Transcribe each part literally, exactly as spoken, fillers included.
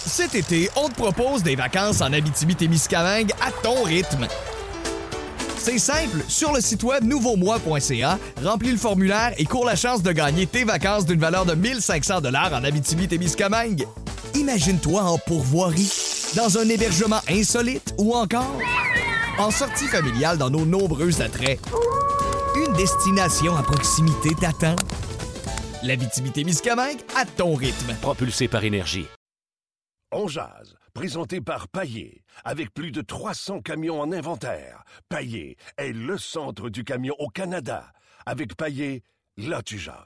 Cet été, on te propose des vacances en Abitibi-Témiscamingue à ton rythme. C'est simple, sur le site web nouveau moi point c a, remplis le formulaire et cours la chance de gagner tes vacances d'une valeur de mille cinq cents dollars en Abitibi-Témiscamingue. Imagine-toi en pourvoirie, dans un hébergement insolite ou encore en sortie familiale dans nos nombreux attraits. Une destination à proximité t'attend. L'Abitibi-Témiscamingue à ton rythme. Propulsé par Énergie. On jase, présenté par Paillé, avec plus de trois cents camions en inventaire. Paillé est le centre du camion au Canada. Avec Paillé, là tu jases.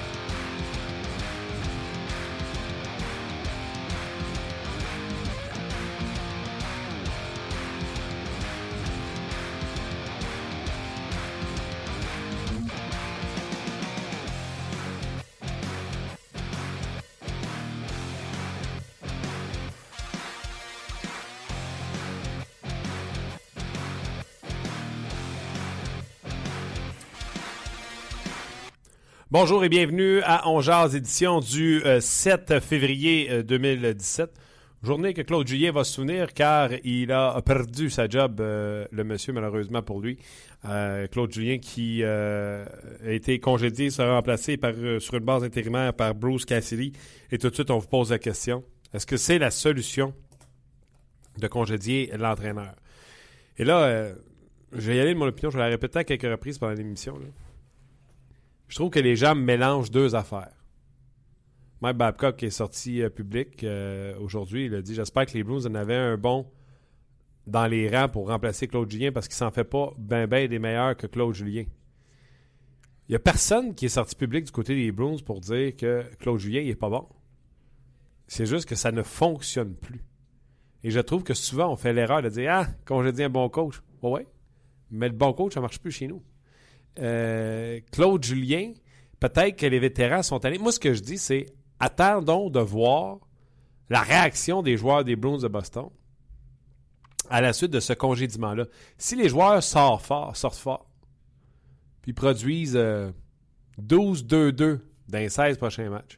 Bonjour et bienvenue à On Jase, édition du euh, sept février euh, deux mille dix-sept. Journée que Claude Julien va se souvenir car il a perdu sa job, euh, le monsieur, malheureusement pour lui. Euh, Claude Julien qui euh, a été congédié, sera remplacé par, euh, sur une base intérimaire par Bruce Cassidy. Et tout de suite, on vous pose la question. Est-ce que c'est la solution de congédier l'entraîneur? Et là, euh, je vais y aller de mon opinion, je vais la répéter à quelques reprises pendant l'émission, là. Je trouve que les gens mélangent deux affaires. Mike Babcock est sorti euh, public euh, aujourd'hui. Il a dit « J'espère que les Blues en avaient un bon dans les rangs pour remplacer Claude Julien parce qu'il s'en fait pas ben ben des meilleurs que Claude Julien. » Il n'y a personne qui est sorti public du côté des Blues pour dire que Claude Julien n'est pas bon. C'est juste que ça ne fonctionne plus. Et je trouve que souvent, on fait l'erreur de dire « Ah, congédier un bon coach. » Ouais, mais le bon coach, ça ne marche plus chez nous. Euh, Claude Julien, peut-être que les vétérans sont allés. Moi, ce que je dis, c'est attendons de voir la réaction des joueurs des Bruins de Boston à la suite de ce congédiement-là. Si les joueurs sortent fort, sortent fort, puis produisent euh, douze deux deux dans les seize prochains matchs,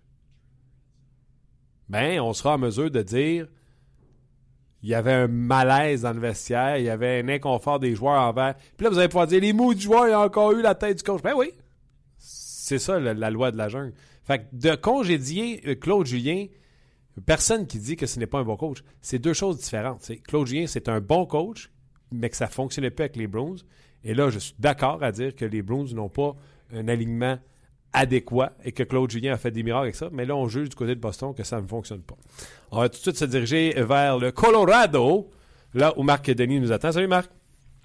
ben, on sera en mesure de dire il y avait un malaise dans le vestiaire, il y avait un inconfort des joueurs envers. Puis là, vous allez pouvoir dire, les mots du joueur, il a encore eu la tête du coach. Ben oui, c'est ça la, la loi de la jungle. Fait que de congédier Claude Julien, personne qui dit que ce n'est pas un bon coach. C'est deux choses différentes. C'est, Claude Julien, c'est un bon coach, mais que ça ne fonctionnait pas avec les Bruins. Et là, je suis d'accord à dire que les Bruins n'ont pas un alignement adéquat et que Claude Julien a fait des miracles avec ça, mais là, on juge du côté de Boston que ça ne fonctionne pas. On va tout de suite se diriger vers le Colorado, là où Marc Denis nous attend. Salut Marc.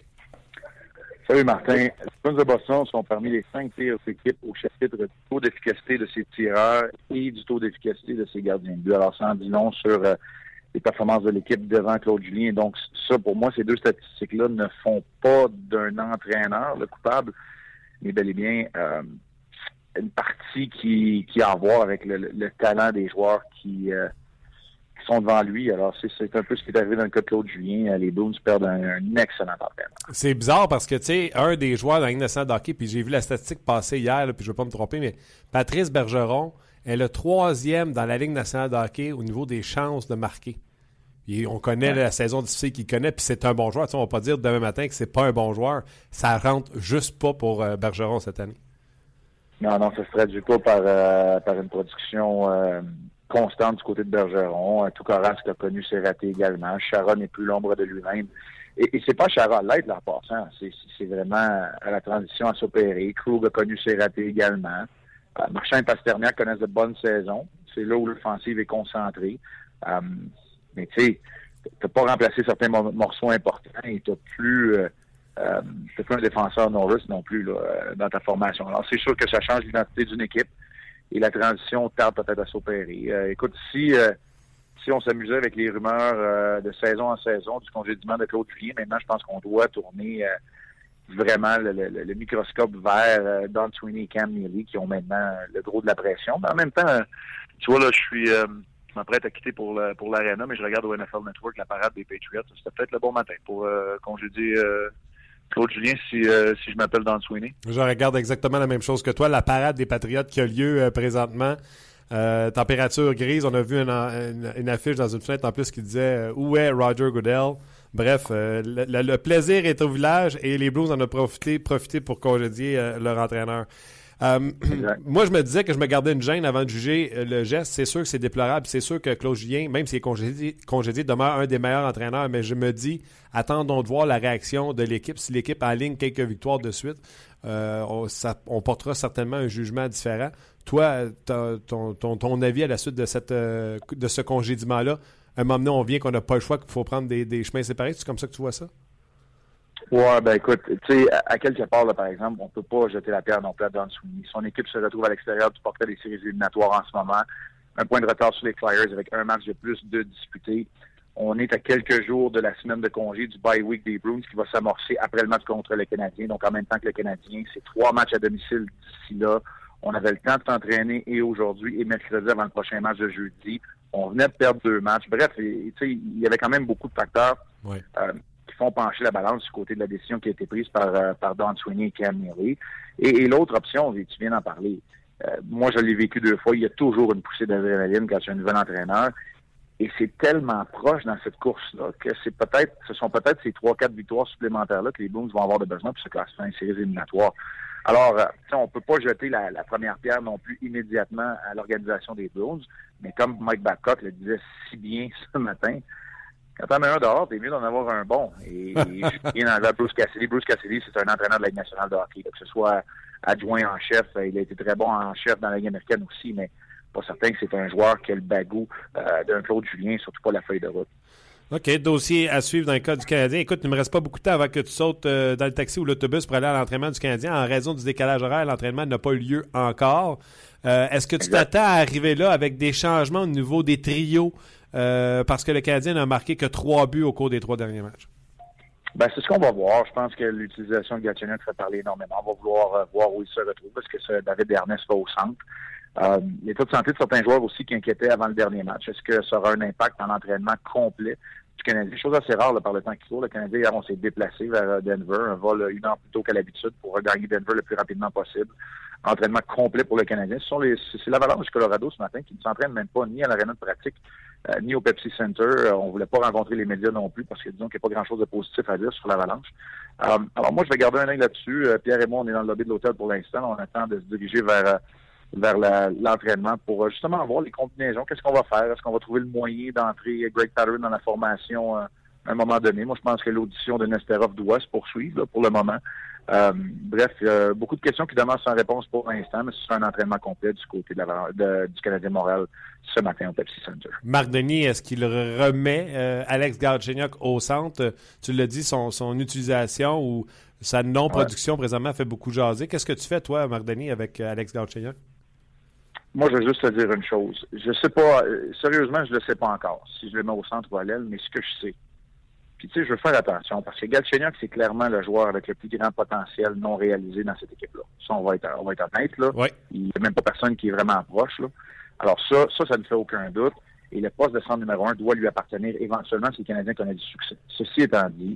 Salut Martin. Les Bruins de Boston sont parmi les cinq pires équipes au chapitre du taux d'efficacité de ses tireurs et du taux d'efficacité de ses gardiens de but. Alors, ça en dit long sur euh, les performances de l'équipe devant Claude Julien. Donc, ça, pour moi, ces deux statistiques-là ne font pas d'un entraîneur le coupable, mais bel et bien euh, une partie qui, qui a à voir avec le, le, le talent des joueurs qui, euh, qui sont devant lui. Alors, c'est, c'est un peu ce qui est arrivé dans le cas de Claude Julien. Les Bruins perdent un, un excellent entraîneur. C'est bizarre parce que, tu sais, un des joueurs dans la Ligue nationale de hockey, puis j'ai vu la statistique passer hier, là, puis je ne veux pas me tromper, mais Patrice Bergeron est le troisième dans la Ligue nationale de hockey au niveau des chances de marquer. Et on connaît ouais. la saison difficile qu'il connaît, puis c'est un bon joueur. Tu sais, on ne va pas dire demain matin que c'est pas un bon joueur. Ça rentre juste pas pour euh, Bergeron cette année. Non, non, ça se traduit pas par, euh, par une production euh, constante du côté de Bergeron. Tout Corras qui a connu ses ratés également. Sharon n'est plus l'ombre de lui-même. Et, et c'est pas Sharon l'aide là, en passant. C'est, c'est vraiment à la transition à s'opérer. Krug a connu ses ratés également. Euh, Marchand et Pasternak connaissent de bonnes saisons. C'est là où l'offensive est concentrée. Euh, mais tu sais, t'as pas remplacé certains morceaux importants et t'as plus... Euh, Euh, c'est pas un défenseur Norris non plus là, euh, dans ta formation. Alors, c'est sûr que ça change l'identité d'une équipe et la transition tarde peut-être à s'opérer. Euh, écoute, si, euh, si on s'amusait avec les rumeurs euh, de saison en saison du congédiement de Claude Julien, maintenant, je pense qu'on doit tourner euh, vraiment le, le, le microscope vers euh, Don Sweeney et Cam Neely qui ont maintenant le gros de la pression. Mais en même temps, euh, tu vois, là, je suis... Euh, je m'apprête à quitter pour, le, pour l'Arena, mais je regarde au N F L Network la parade des Patriots. C'était peut-être le bon matin pour euh, congédier... Euh, Claude Julien, si, euh, si je m'appelle Don Sweeney. Je regarde exactement la même chose que toi. La parade des Patriotes qui a lieu euh, présentement Euh, température grise, on a vu une, une, une affiche dans une fenêtre en plus qui disait euh, « Où est Roger Goodell? » Bref, euh, le, le, le plaisir est au village et les Blues en ont profité, profité pour congédier euh, leur entraîneur. Euh, moi, je me disais que je me gardais une gêne avant de juger euh, le geste. C'est sûr que c'est déplorable. C'est sûr que Claude Julien, même s'il est congédié, congédié, demeure un des meilleurs entraîneurs. Mais je me dis, attendons de voir la réaction de l'équipe. Si l'équipe aligne quelques victoires de suite, euh, on, ça, on portera certainement un jugement différent. Toi, ton, ton, ton avis à la suite de, cette, euh, de ce congédiement-là, à un moment donné, on vient qu'on n'a pas le choix, qu'il faut prendre des, des chemins séparés. C'est comme ça que tu vois ça? Ouais, ben écoute, tu sais, à, à quelque part, là, par exemple, on peut pas jeter la pierre non plus à Don Sweeney. Son équipe se retrouve à l'extérieur du portrait des séries éliminatoires en ce moment. Un point de retard sur les Flyers avec un match de plus de disputé. On est à quelques jours de la semaine de congé du bye week des Bruins qui va s'amorcer après le match contre le Canadien. Donc, en même temps que le Canadien, c'est trois matchs à domicile d'ici là. On avait le temps de s'entraîner et aujourd'hui et mercredi avant le prochain match de jeudi. On venait de perdre deux matchs. Bref, tu sais, il y avait quand même beaucoup de facteurs ouais. euh, qui font pencher la balance du côté de la décision qui a été prise par, euh, par Don Sweeney et Cam Neely. Et, et l'autre option, tu viens d'en parler. Euh, moi, je l'ai vécu deux fois. Il y a toujours une poussée d'adrénaline quand tu es un nouvel entraîneur. Et c'est tellement proche dans cette course-là que c'est peut-être, ce sont peut-être ces trois, quatre victoires supplémentaires-là que les Blues vont avoir de besoin pour se classer dans les séries éliminatoires. Alors, euh, on peut pas jeter la, la première pierre non plus immédiatement à l'organisation des Blues, mais comme Mike Babcock le disait si bien ce matin, quand t'en as un dehors, t'es mieux d'en avoir un bon. Et, et je viens d'enlever Bruce Cassidy. Bruce Cassidy, c'est un entraîneur de la Ligue nationale de hockey. Donc, que ce soit adjoint en chef, il a été très bon en chef dans la Ligue américaine aussi, mais pas certain que c'est un joueur qui a le bagou euh, d'un Claude Julien, surtout pas la feuille de route. OK, dossier à suivre dans le cas du Canadien. Écoute, il ne me reste pas beaucoup de temps avant que tu sautes euh, dans le taxi ou l'autobus pour aller à l'entraînement du Canadien. En raison du décalage horaire, l'entraînement n'a pas eu lieu encore. Euh, est-ce que tu exact. t'attends à arriver là avec des changements au niveau des trios euh, parce que le Canadien n'a marqué que trois buts au cours des trois derniers matchs? Ben, c'est ce qu'on va voir. Je pense que l'utilisation de Galchenyuk fait parler énormément. On va vouloir euh, voir où il se retrouve parce que ce David Ernest va au centre. Euh, l'état de santé de certains joueurs aussi qui inquiétaient avant le dernier match. Est-ce que ça aura un impact dans l'entraînement complet du Canadien? Chose assez rare là, par le temps qu'il court. Le Canadien, hier, on s'est déplacé vers Denver, un vol une heure plus tôt qu'à l'habitude pour regagner Denver le plus rapidement possible. Entraînement complet pour le Canadien. Ce sont les, c'est l'Avalanche du Colorado ce matin qui ne s'entraîne même pas ni à l'aréna de pratique, euh, ni au Pepsi Center. Euh, on voulait pas rencontrer les médias non plus parce que disons qu'il n'y a pas grand-chose de positif à dire sur l'Avalanche. Euh, alors moi, je vais garder un œil là-dessus. Euh, Pierre et moi, on est dans le lobby de l'hôtel pour l'instant. On attend de se diriger vers... Euh, vers la, l'entraînement pour justement voir les combinaisons. Qu'est-ce qu'on va faire? Est-ce qu'on va trouver le moyen d'entrer Greg Pateryn dans la formation euh, à un moment donné? Moi, je pense que l'audition de Nesterov doit se poursuivre là, pour le moment. Euh, bref, euh, beaucoup de questions qui demeurent sans réponse pour l'instant, mais ce sera un entraînement complet du côté de la, de, du Canadien Montréal ce matin au Pepsi Center. Marc Denis, est-ce qu'il remet euh, Alex Galchenyuk au centre? Tu l'as dit, son, son utilisation ou sa non-production ouais. présentement fait beaucoup jaser. Qu'est-ce que tu fais, toi, Marc Denis, avec Alex Galchenyuk? Moi, je vais juste te dire une chose. Je sais pas, euh, sérieusement, je le sais pas encore, si je le mets au centre ou à l'aile, mais ce que je sais. Puis, tu sais, je veux faire attention, parce que Galchenyuk, c'est clairement le joueur avec le plus grand potentiel non réalisé dans cette équipe-là. Ça, on va être, on va être honnête, là. Ouais. Il n'y a même pas personne qui est vraiment proche, là. Alors ça, ça, ça ne fait aucun doute. Et le poste de centre numéro un doit lui appartenir éventuellement si les Canadiens connaissent du succès. Ceci étant dit,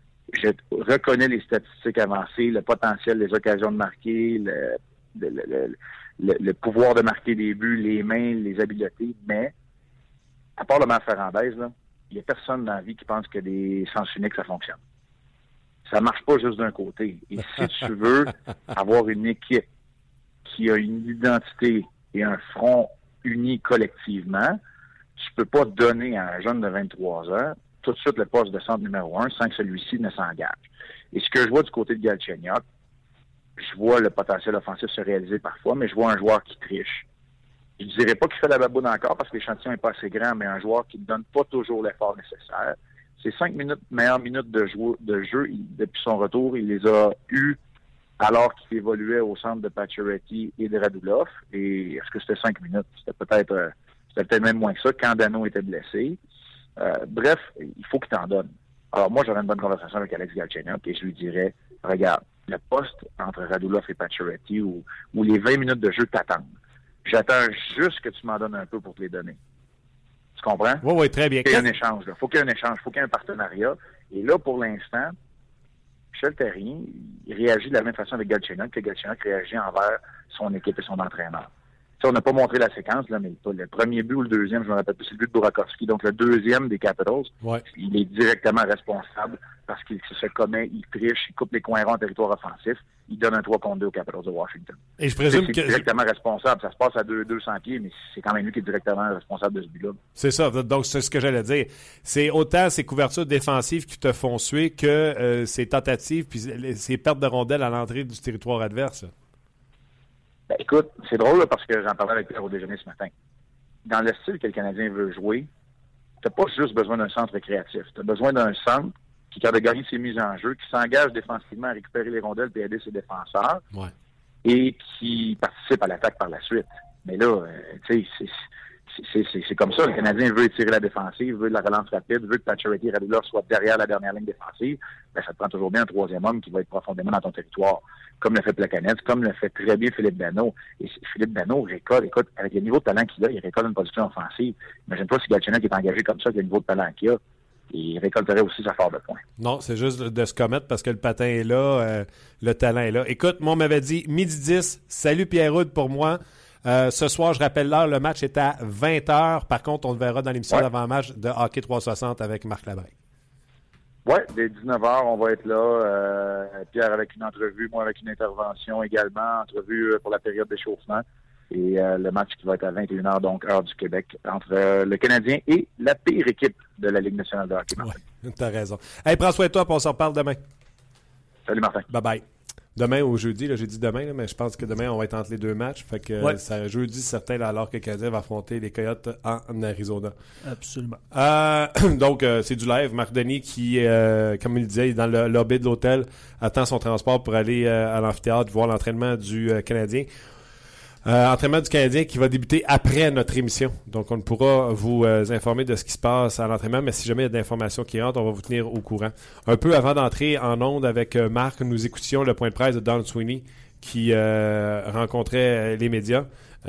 je reconnais les statistiques avancées, le potentiel, les occasions de marquer, le, le, le, le Le, le pouvoir de marquer des buts, les mains, les habiletés, mais à part le Matt Ferrandez, là, il n'y a personne dans la vie qui pense que des sens uniques, ça fonctionne. Ça marche pas juste d'un côté. Et si tu veux avoir une équipe qui a une identité et un front uni collectivement, tu peux pas donner à un jeune de vingt-trois ans tout de suite le poste de centre numéro un sans que celui-ci ne s'engage. Et ce que je vois du côté de Galchenyuk, je vois le potentiel offensif se réaliser parfois, mais je vois un joueur qui triche. Je ne dirais pas qu'il fait la baboune encore parce que l'échantillon n'est pas assez grand, mais un joueur qui ne donne pas toujours l'effort nécessaire. Ses cinq minutes, meilleures minutes de jeu, de jeu il, depuis son retour, il les a eues alors qu'il évoluait au centre de Pacioretty et de Radulov. Et est-ce que c'était cinq minutes? C'était peut-être euh, c'était peut-être même moins que ça quand Dano était blessé. Euh, bref, il faut qu'il t'en donne. Alors moi, j'aurais une bonne conversation avec Alex Galchenyuk et je lui dirais, regarde, le poste entre Radulov et Pacioretty où, où les vingt minutes de jeu t'attendent. J'attends juste que tu m'en donnes un peu pour te les donner. Tu comprends? Oui, oui, très bien. Il faut qu'il y ait un échange. Il faut qu'il y ait un échange. Il faut qu'il y ait un partenariat. Et là, pour l'instant, Michel Therrien, il réagit de la même façon avec Galchenyuk que Galchenyuk réagit envers son équipe et son entraîneur. on n'a pas montré la séquence, là, mais le premier but ou le deuxième, je me rappelle plus, c'est le but de Burakovsky. Donc, le deuxième des Capitals, ouais. il est directement responsable parce qu'il se commet, il triche, il coupe les coins ronds en territoire offensif, il donne un trois contre deux aux Capitals de Washington. Et je présume c'est, que... C'est directement responsable. Ça se passe à deux cents pieds, mais c'est quand même lui qui est directement responsable de ce but-là. C'est ça. Donc, c'est ce que j'allais dire. C'est autant ces couvertures défensives qui te font suer que euh, ces tentatives puis ces pertes de rondelles à l'entrée du territoire adverse. Ben, écoute, c'est drôle là, parce que j'en parlais avec Pierre au déjeuner ce matin. Dans le style que le Canadien veut jouer, t'as pas juste besoin d'un centre récréatif. T'as besoin d'un centre qui est capable de gagner ses mises en jeu, qui s'engage défensivement à récupérer les rondelles et aider ses défenseurs, ouais. et qui participe à l'attaque par la suite. Mais là, euh, tu sais, c'est, c'est, c'est, c'est comme ça. Le Canadien veut étirer la défensive, veut de la relance rapide, veut que Pacioretty et Radulov soient derrière la dernière ligne défensive. Ben, ça te prend toujours bien un troisième homme qui va être profondément dans ton territoire. Comme le fait Plekanec, comme le fait très bien Philippe Danault. Et Philippe Danault récolte, écoute, avec le niveau de talent qu'il a, il récolte une position offensive. Imagine-toi si Galchenyuk est engagé comme ça, avec le niveau de talent qu'il a, il récolterait aussi sa part de points. Non, c'est juste de se commettre parce que le patin est là, euh, le talent est là. Écoute, moi, on m'avait dit midi dix, salut Pierre-Houd pour moi. Euh, ce soir, je rappelle l'heure, le match est à vingt heures. Par contre, on le verra dans l'émission ouais. d'avant-match de Hockey trois cent soixante avec Marc Labrec. Oui, dès dix-neuf heures, on va être là. Euh, Pierre avec une entrevue, moi avec une intervention également, entrevue pour la période d'échauffement. Et euh, le match qui va être à vingt et une heures, donc heure du Québec, entre euh, le Canadien et la pire équipe de la Ligue nationale de hockey. Oui, t'as raison. Hey, prends soin de toi, puis on s'en reparle demain. Salut Martin. Bye-bye. Demain ou jeudi, là, j'ai dit demain, là, mais je pense que demain, on va être entre les deux matchs. Fait que ouais. c'est jeudi certain, là, alors que le Canadien va affronter les Coyotes en, en Arizona. Absolument. Euh, donc, euh, c'est du live. Marc Denis qui, euh, comme il le disait, est dans le lobby de l'hôtel, attend son transport pour aller euh, à l'amphithéâtre voir l'entraînement du euh, Canadien. Euh, entraînement du Canadien qui va débuter après notre émission. Donc, on ne pourra vous euh, informer de ce qui se passe à l'entraînement, mais si jamais il y a d'informations qui rentrent, on va vous tenir au courant. Un peu avant d'entrer en onde avec euh, Marc, nous écoutions le point de presse de Don Sweeney qui euh, rencontrait les médias.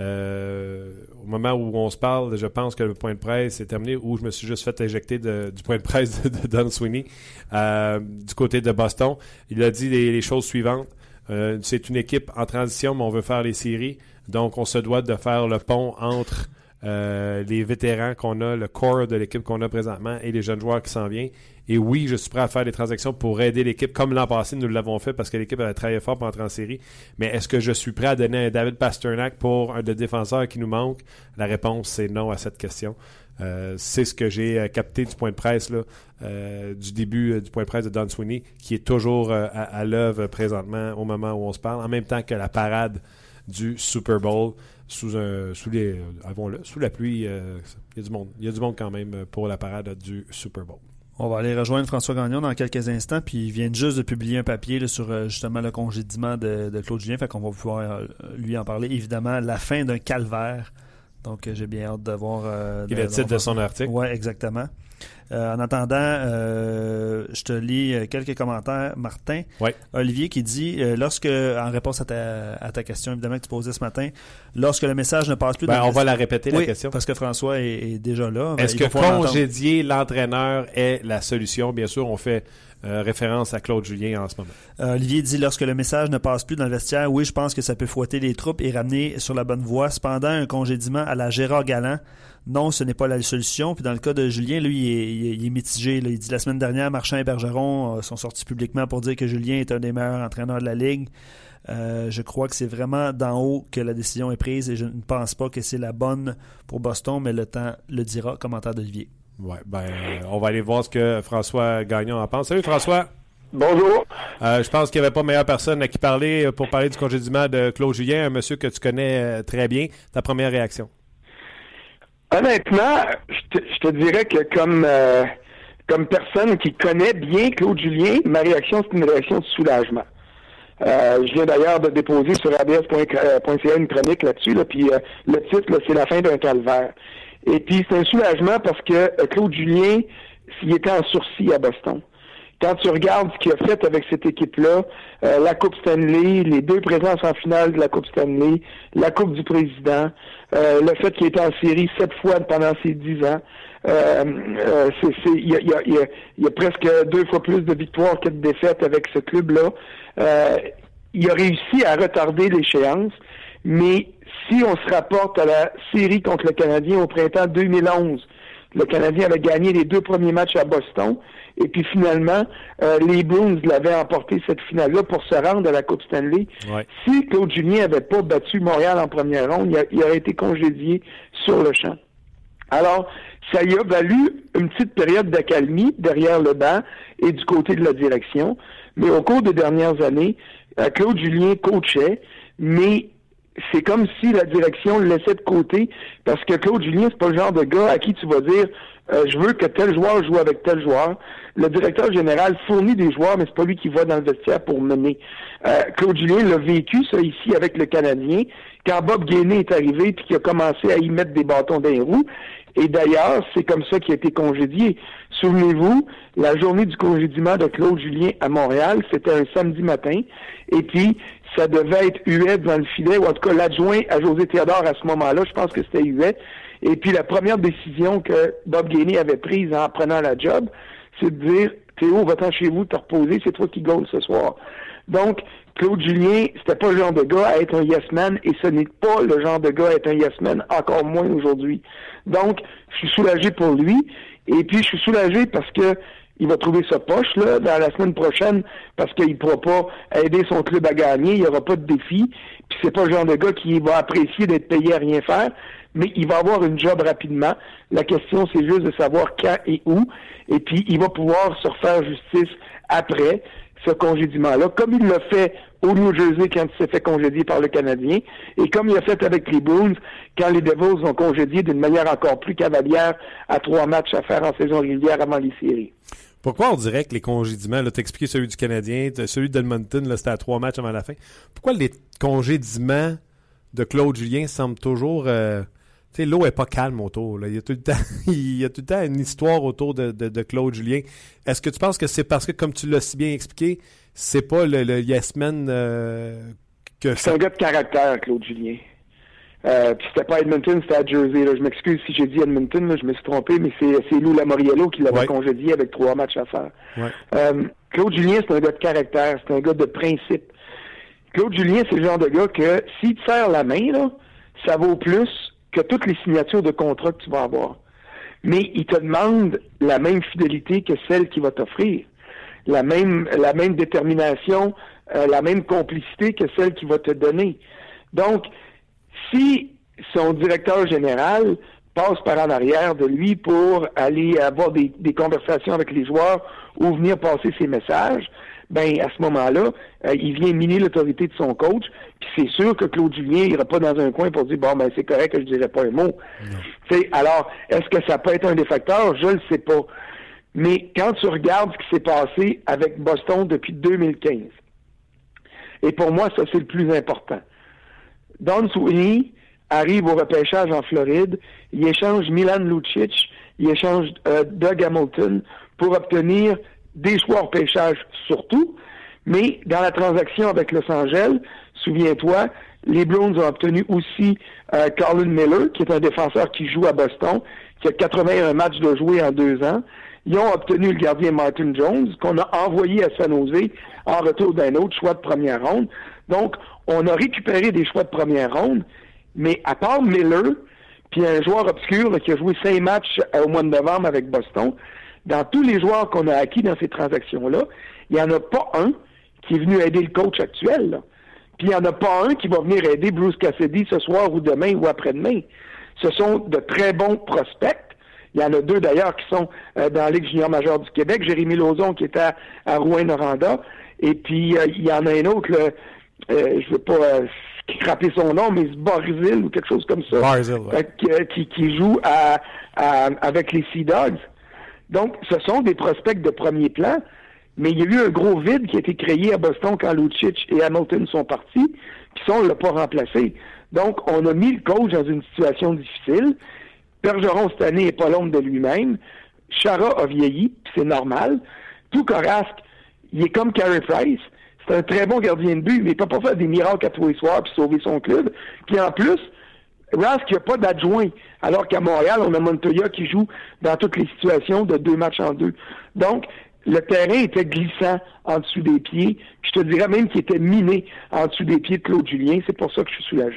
Euh, au moment où on se parle, je pense que le point de presse est terminé, où je me suis juste fait éjecter de, du point de presse de, de Don Sweeney euh, du côté de Boston. Il a dit les, les choses suivantes. Euh, c'est une équipe en transition, mais on veut faire les séries. Donc, on se doit de faire le pont entre euh, les vétérans qu'on a, le core de l'équipe qu'on a présentement et les jeunes joueurs qui s'en viennent. Et oui, je suis prêt à faire des transactions pour aider l'équipe, comme l'an passé, nous l'avons fait parce que l'équipe avait travaillé fort pour entrer en série. Mais est-ce que je suis prêt à donner un David Pastrnak pour un de défenseurs qui nous manque? La réponse, c'est non à cette question. Euh, c'est ce que j'ai euh, capté du point de presse là, euh, du début euh, du point de presse de Don Sweeney, qui est toujours euh, à, à l'œuvre présentement au moment où on se parle, en même temps que la parade du Super Bowl sous un sous les euh, avons-le, sous la pluie. Il euh, y a du monde. Il y a du monde quand même pour la parade du Super Bowl. On va aller rejoindre François Gagnon dans quelques instants, puis il vient juste de publier un papier là, sur euh, justement le congédiement de, de Claude Julien, fait qu'on va pouvoir euh, lui en parler. Évidemment, la fin d'un calvaire. Donc, euh, j'ai bien hâte de voir... Euh, Il est le titre de son article. Oui, exactement. Euh, en attendant, euh, je te lis quelques commentaires. Martin, ouais. Olivier qui dit, euh, lorsque, en réponse à ta, à ta question évidemment que tu posais ce matin, lorsque le message ne passe plus... Ben, dans on le... va la répéter, oui, la question. parce que François est, est déjà là. Est-ce que congédier l'entraîneur est la solution? Bien sûr, on fait euh, référence à Claude Julien en ce moment. Euh, Olivier dit, lorsque le message ne passe plus dans le vestiaire, oui, je pense que ça peut fouetter les troupes et ramener sur la bonne voie. Cependant, un congédiement à la Gérard Galland, non, ce n'est pas la solution. Puis dans le cas de Julien, lui, il est, il est, il est mitigé. Là. Il dit la semaine dernière, Marchand et Bergeron euh, sont sortis publiquement pour dire que Julien est un des meilleurs entraîneurs de la Ligue. Euh, je crois que c'est vraiment d'en haut que la décision est prise et je ne pense pas que c'est la bonne pour Boston, mais le temps le dira. Commentaire d'Olivier. Ouais, ben, on va aller voir ce que François Gagnon en pense. Salut François! Bonjour. Euh, je pense qu'il n'y avait pas meilleure personne à qui parler pour parler du congédiement de Claude Julien, un monsieur que tu connais très bien. Ta première réaction? Honnêtement, je te, je te dirais que comme euh, comme personne qui connaît bien Claude Julien, ma réaction, c'est une réaction de soulagement. Euh, je viens d'ailleurs de déposer sur a b s point c a une chronique là-dessus, là, puis euh, le titre, là, c'est la fin d'un calvaire. Et puis c'est un soulagement parce que euh, Claude Julien, s'il était en sursis à Boston, quand tu regardes ce qu'il a fait avec cette équipe-là, euh, la Coupe Stanley, les deux présences en finale de la Coupe Stanley, la Coupe du Président, euh, le fait qu'il était en série sept fois pendant ses dix ans, euh, euh, c'est, c'est, il y a, il y a, il y a, il y a presque deux fois plus de victoires que de défaites avec ce club-là. Euh, il a réussi à retarder l'échéance, mais Si on se rapporte à la série contre le Canadien au printemps deux mille onze, le Canadien avait gagné les deux premiers matchs à Boston, et puis finalement, euh, les Bruins l'avaient emporté cette finale-là pour se rendre à la Coupe Stanley. Ouais. Si Claude Julien n'avait pas battu Montréal en première ronde, il, a, il aurait été congédié sur le champ. Alors, ça y a valu une petite période d'accalmie derrière le banc et du côté de la direction, mais au cours des dernières années, euh, Claude Julien coachait, mais c'est comme si la direction le laissait de côté, parce que Claude Julien, c'est pas le genre de gars à qui tu vas dire euh, je veux que tel joueur joue avec tel joueur. Le directeur général fournit des joueurs, mais c'est pas lui qui va dans le vestiaire pour mener. Euh, Claude Julien l'a vécu, ça, ici, avec le Canadien, quand Bob Gainey est arrivé puis qu'il a commencé à y mettre des bâtons dans les roues. Et d'ailleurs, c'est comme ça qu'il a été congédié. Souvenez-vous, la journée du congédiement de Claude Julien à Montréal, c'était un samedi matin. Et puis, ça devait être Huet dans le filet, ou en tout cas l'adjoint à José Théodore à ce moment-là, je pense que c'était Huet. Et puis, la première décision que Bob Gainey avait prise en prenant la job, c'est de dire, Théo, va-t'en chez vous, te reposer, c'est toi qui gagne ce soir. Donc, Claude Julien, c'était pas le genre de gars à être un yes man, et ce n'est pas le genre de gars à être un yes man, encore moins aujourd'hui. Donc, je suis soulagé pour lui, et puis je suis soulagé parce que il va trouver sa poche là dans la semaine prochaine, parce qu'il ne pourra pas aider son club à gagner, il n'y aura pas de défi, puis c'est pas le genre de gars qui va apprécier d'être payé à rien faire, mais il va avoir une job rapidement. La question, c'est juste de savoir quand et où, et puis il va pouvoir se refaire justice après ce congédiement-là, comme il l'a fait au New Jersey quand il s'est fait congédier par le Canadien, et comme il a fait avec les Bruins quand les Devils ont congédié d'une manière encore plus cavalière à trois matchs à faire en saison régulière avant les séries. Pourquoi on dirait que les congédiements, là, t'as expliqué celui du Canadien, celui d'Edmonton, là, c'était à trois matchs avant la fin. Pourquoi les congédiements de Claude Julien semblent toujours... Euh, tu sais, l'eau est pas calme autour. Là. Il y a tout le temps, il y a tout le temps une histoire autour de, de, de Claude Julien. Est-ce que tu penses que c'est parce que, comme tu l'as si bien expliqué, c'est pas le, le yes man euh, que... C'est ça... un gars de caractère, Claude Julien. Euh, puis c'était pas Edmonton, c'était à Jersey. Là. Je m'excuse si j'ai dit Edmonton, là, je me suis trompé, mais c'est, c'est Lou Lamoriello qui l'avait ouais. congédié avec trois matchs à faire. Ouais. Euh, Claude Julien, c'est un gars de caractère, c'est un gars de principe. Claude Julien, c'est le genre de gars que s'il te serre la main, là, ça vaut plus que toutes les signatures de contrat que tu vas avoir. Mais il te demande la même fidélité que celle qu'il va t'offrir. La même, la même détermination, euh, la même complicité que celle qu'il va te donner. Donc, si son directeur général passe par en arrière de lui pour aller avoir des, des conversations avec les joueurs ou venir passer ses messages, ben à ce moment-là, euh, il vient miner l'autorité de son coach, puis c'est sûr que Claude Julien ira pas dans un coin pour dire bon ben c'est correct que je dirais pas un mot. T'sais, alors, est-ce que ça peut être un des facteurs? Je le sais pas. Mais quand tu regardes ce qui s'est passé avec Boston depuis deux mille quinze, et pour moi, ça c'est le plus important. Don Sweeney arrive au repêchage en Floride, il échange Milan Lucic, il échange euh, Doug Hamilton pour obtenir des choix au repêchage surtout, mais dans la transaction avec Los Angeles, souviens-toi, les Bruins ont obtenu aussi euh, Colin Miller, qui est un défenseur qui joue à Boston, qui a quatre-vingt-un matchs de jouer en deux ans. Ils ont obtenu le gardien Martin Jones, qu'on a envoyé à San Jose en retour d'un autre choix de première ronde. Donc, on a récupéré des choix de première ronde, mais à part Miller, puis un joueur obscur là, qui a joué cinq matchs euh, au mois de novembre avec Boston, dans tous les joueurs qu'on a acquis dans ces transactions-là, il n'y en a pas un qui est venu aider le coach actuel. Là. Puis il n'y en a pas un qui va venir aider Bruce Cassidy ce soir ou demain ou après-demain. Ce sont de très bons prospects. Il y en a deux d'ailleurs qui sont euh, dans la Ligue junior majeure du Québec. Jérémy Lauzon qui est à, à Rouyn-Noranda. Et puis euh, il y en a un autre, là, euh, je ne veux pas euh, craper son nom, mais c'est Barzil ou quelque chose comme ça. Barzil, ouais. euh, qui, qui joue à, à, avec les Sea Dogs. Donc, ce sont des prospects de premier plan, mais il y a eu un gros vide qui a été créé à Boston quand Lucic et Hamilton sont partis, puis ça, on ne l'a pas remplacé. Donc, on a mis le coach dans une situation difficile. Bergeron, cette année, n'est pas l'ombre de lui-même. Chara a vieilli, puis c'est normal. Tout Corasque, il est comme Carey Price. C'est un très bon gardien de but, mais il ne peut pas faire des miracles à tous les soirs puis sauver son club. Puis en plus, Rask n'a pas d'adjoint, alors qu'à Montréal, on a Montoya qui joue dans toutes les situations de deux matchs en deux. Donc, le terrain était glissant en dessous des pieds, puis je te dirais même qu'il était miné en dessous des pieds de Claude Julien. C'est pour ça que je suis soulagé.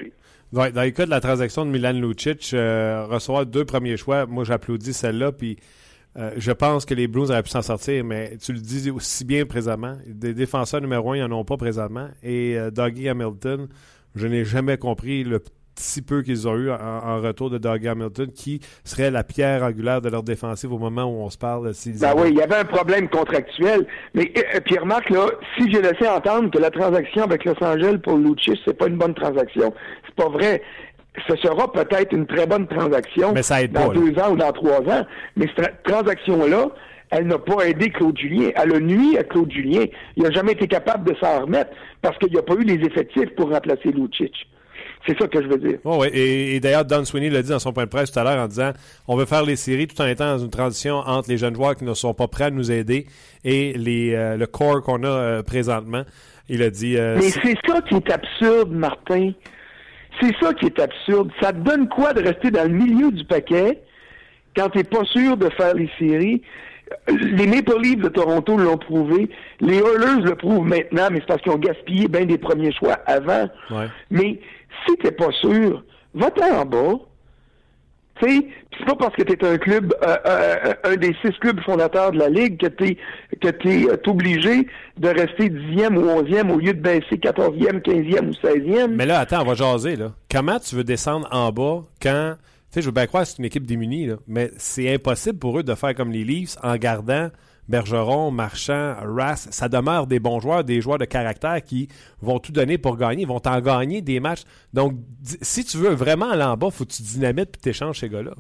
Ouais, dans le cas de la transaction de Milan Lucic, euh, recevoir deux premiers choix, moi j'applaudis celle-là, puis euh, je pense que les Blues auraient pu s'en sortir, mais tu le dis aussi bien présentement, des défenseurs numéro un, ils n'en ont pas présentement, et euh, Dougie Hamilton, je n'ai jamais compris le si peu qu'ils ont eu en, en retour de Dougie Hamilton, qui serait la pierre angulaire de leur défensive au moment où on se parle. Ben avaient... oui, il y avait un problème contractuel. Mais euh, puis remarque, là, si j'ai laissé entendre que la transaction avec Los Angeles pour Lucic, c'est pas une bonne transaction, c'est pas vrai. Ce sera peut-être une très bonne transaction mais ça aide dans pas, deux là. ans ou dans trois ans. Mais cette transaction-là, elle n'a pas aidé Claude Julien. Elle a nuit à Claude Julien. Il n'a jamais été capable de s'en remettre parce qu'il n'y a pas eu les effectifs pour remplacer Lucic. C'est ça que je veux dire. Oh oui, et, et d'ailleurs, Don Sweeney l'a dit dans son point de presse tout à l'heure en disant on veut faire les séries tout en étant dans une transition entre les jeunes joueurs qui ne sont pas prêts à nous aider et les, euh, le corps qu'on a euh, présentement. Il a dit... Euh, Mais c'est... c'est ça qui est absurde, Martin. C'est ça qui est absurde. Ça te donne quoi de rester dans le milieu du paquet quand tu n'es pas sûr de faire les séries? Les Maple Leafs de Toronto l'ont prouvé. Les Oilers le prouvent maintenant, mais c'est parce qu'ils ont gaspillé bien des premiers choix avant. Ouais. Mais si t'es pas sûr, va-t'en en bas. Tu sais, c'est pas parce que t'es un club, euh, euh, un des six clubs fondateurs de la Ligue que t'es que t'es euh, obligé de rester dixième ou onzième au lieu de baisser quatorzième, quinzième ou seizième. Mais là, attends, on va jaser, là. Comment tu veux descendre en bas quand... Tu sais, je veux bien croire que c'est une équipe démunie, là, mais c'est impossible pour eux de faire comme les Leafs en gardant Bergeron, Marchand, Rass. Ça demeure des bons joueurs, des joueurs de caractère qui vont tout donner pour gagner. Ils vont t'en gagner des matchs. Donc, d- si tu veux vraiment aller en bas, il faut que tu dynamites et t'échanges ces gars-là.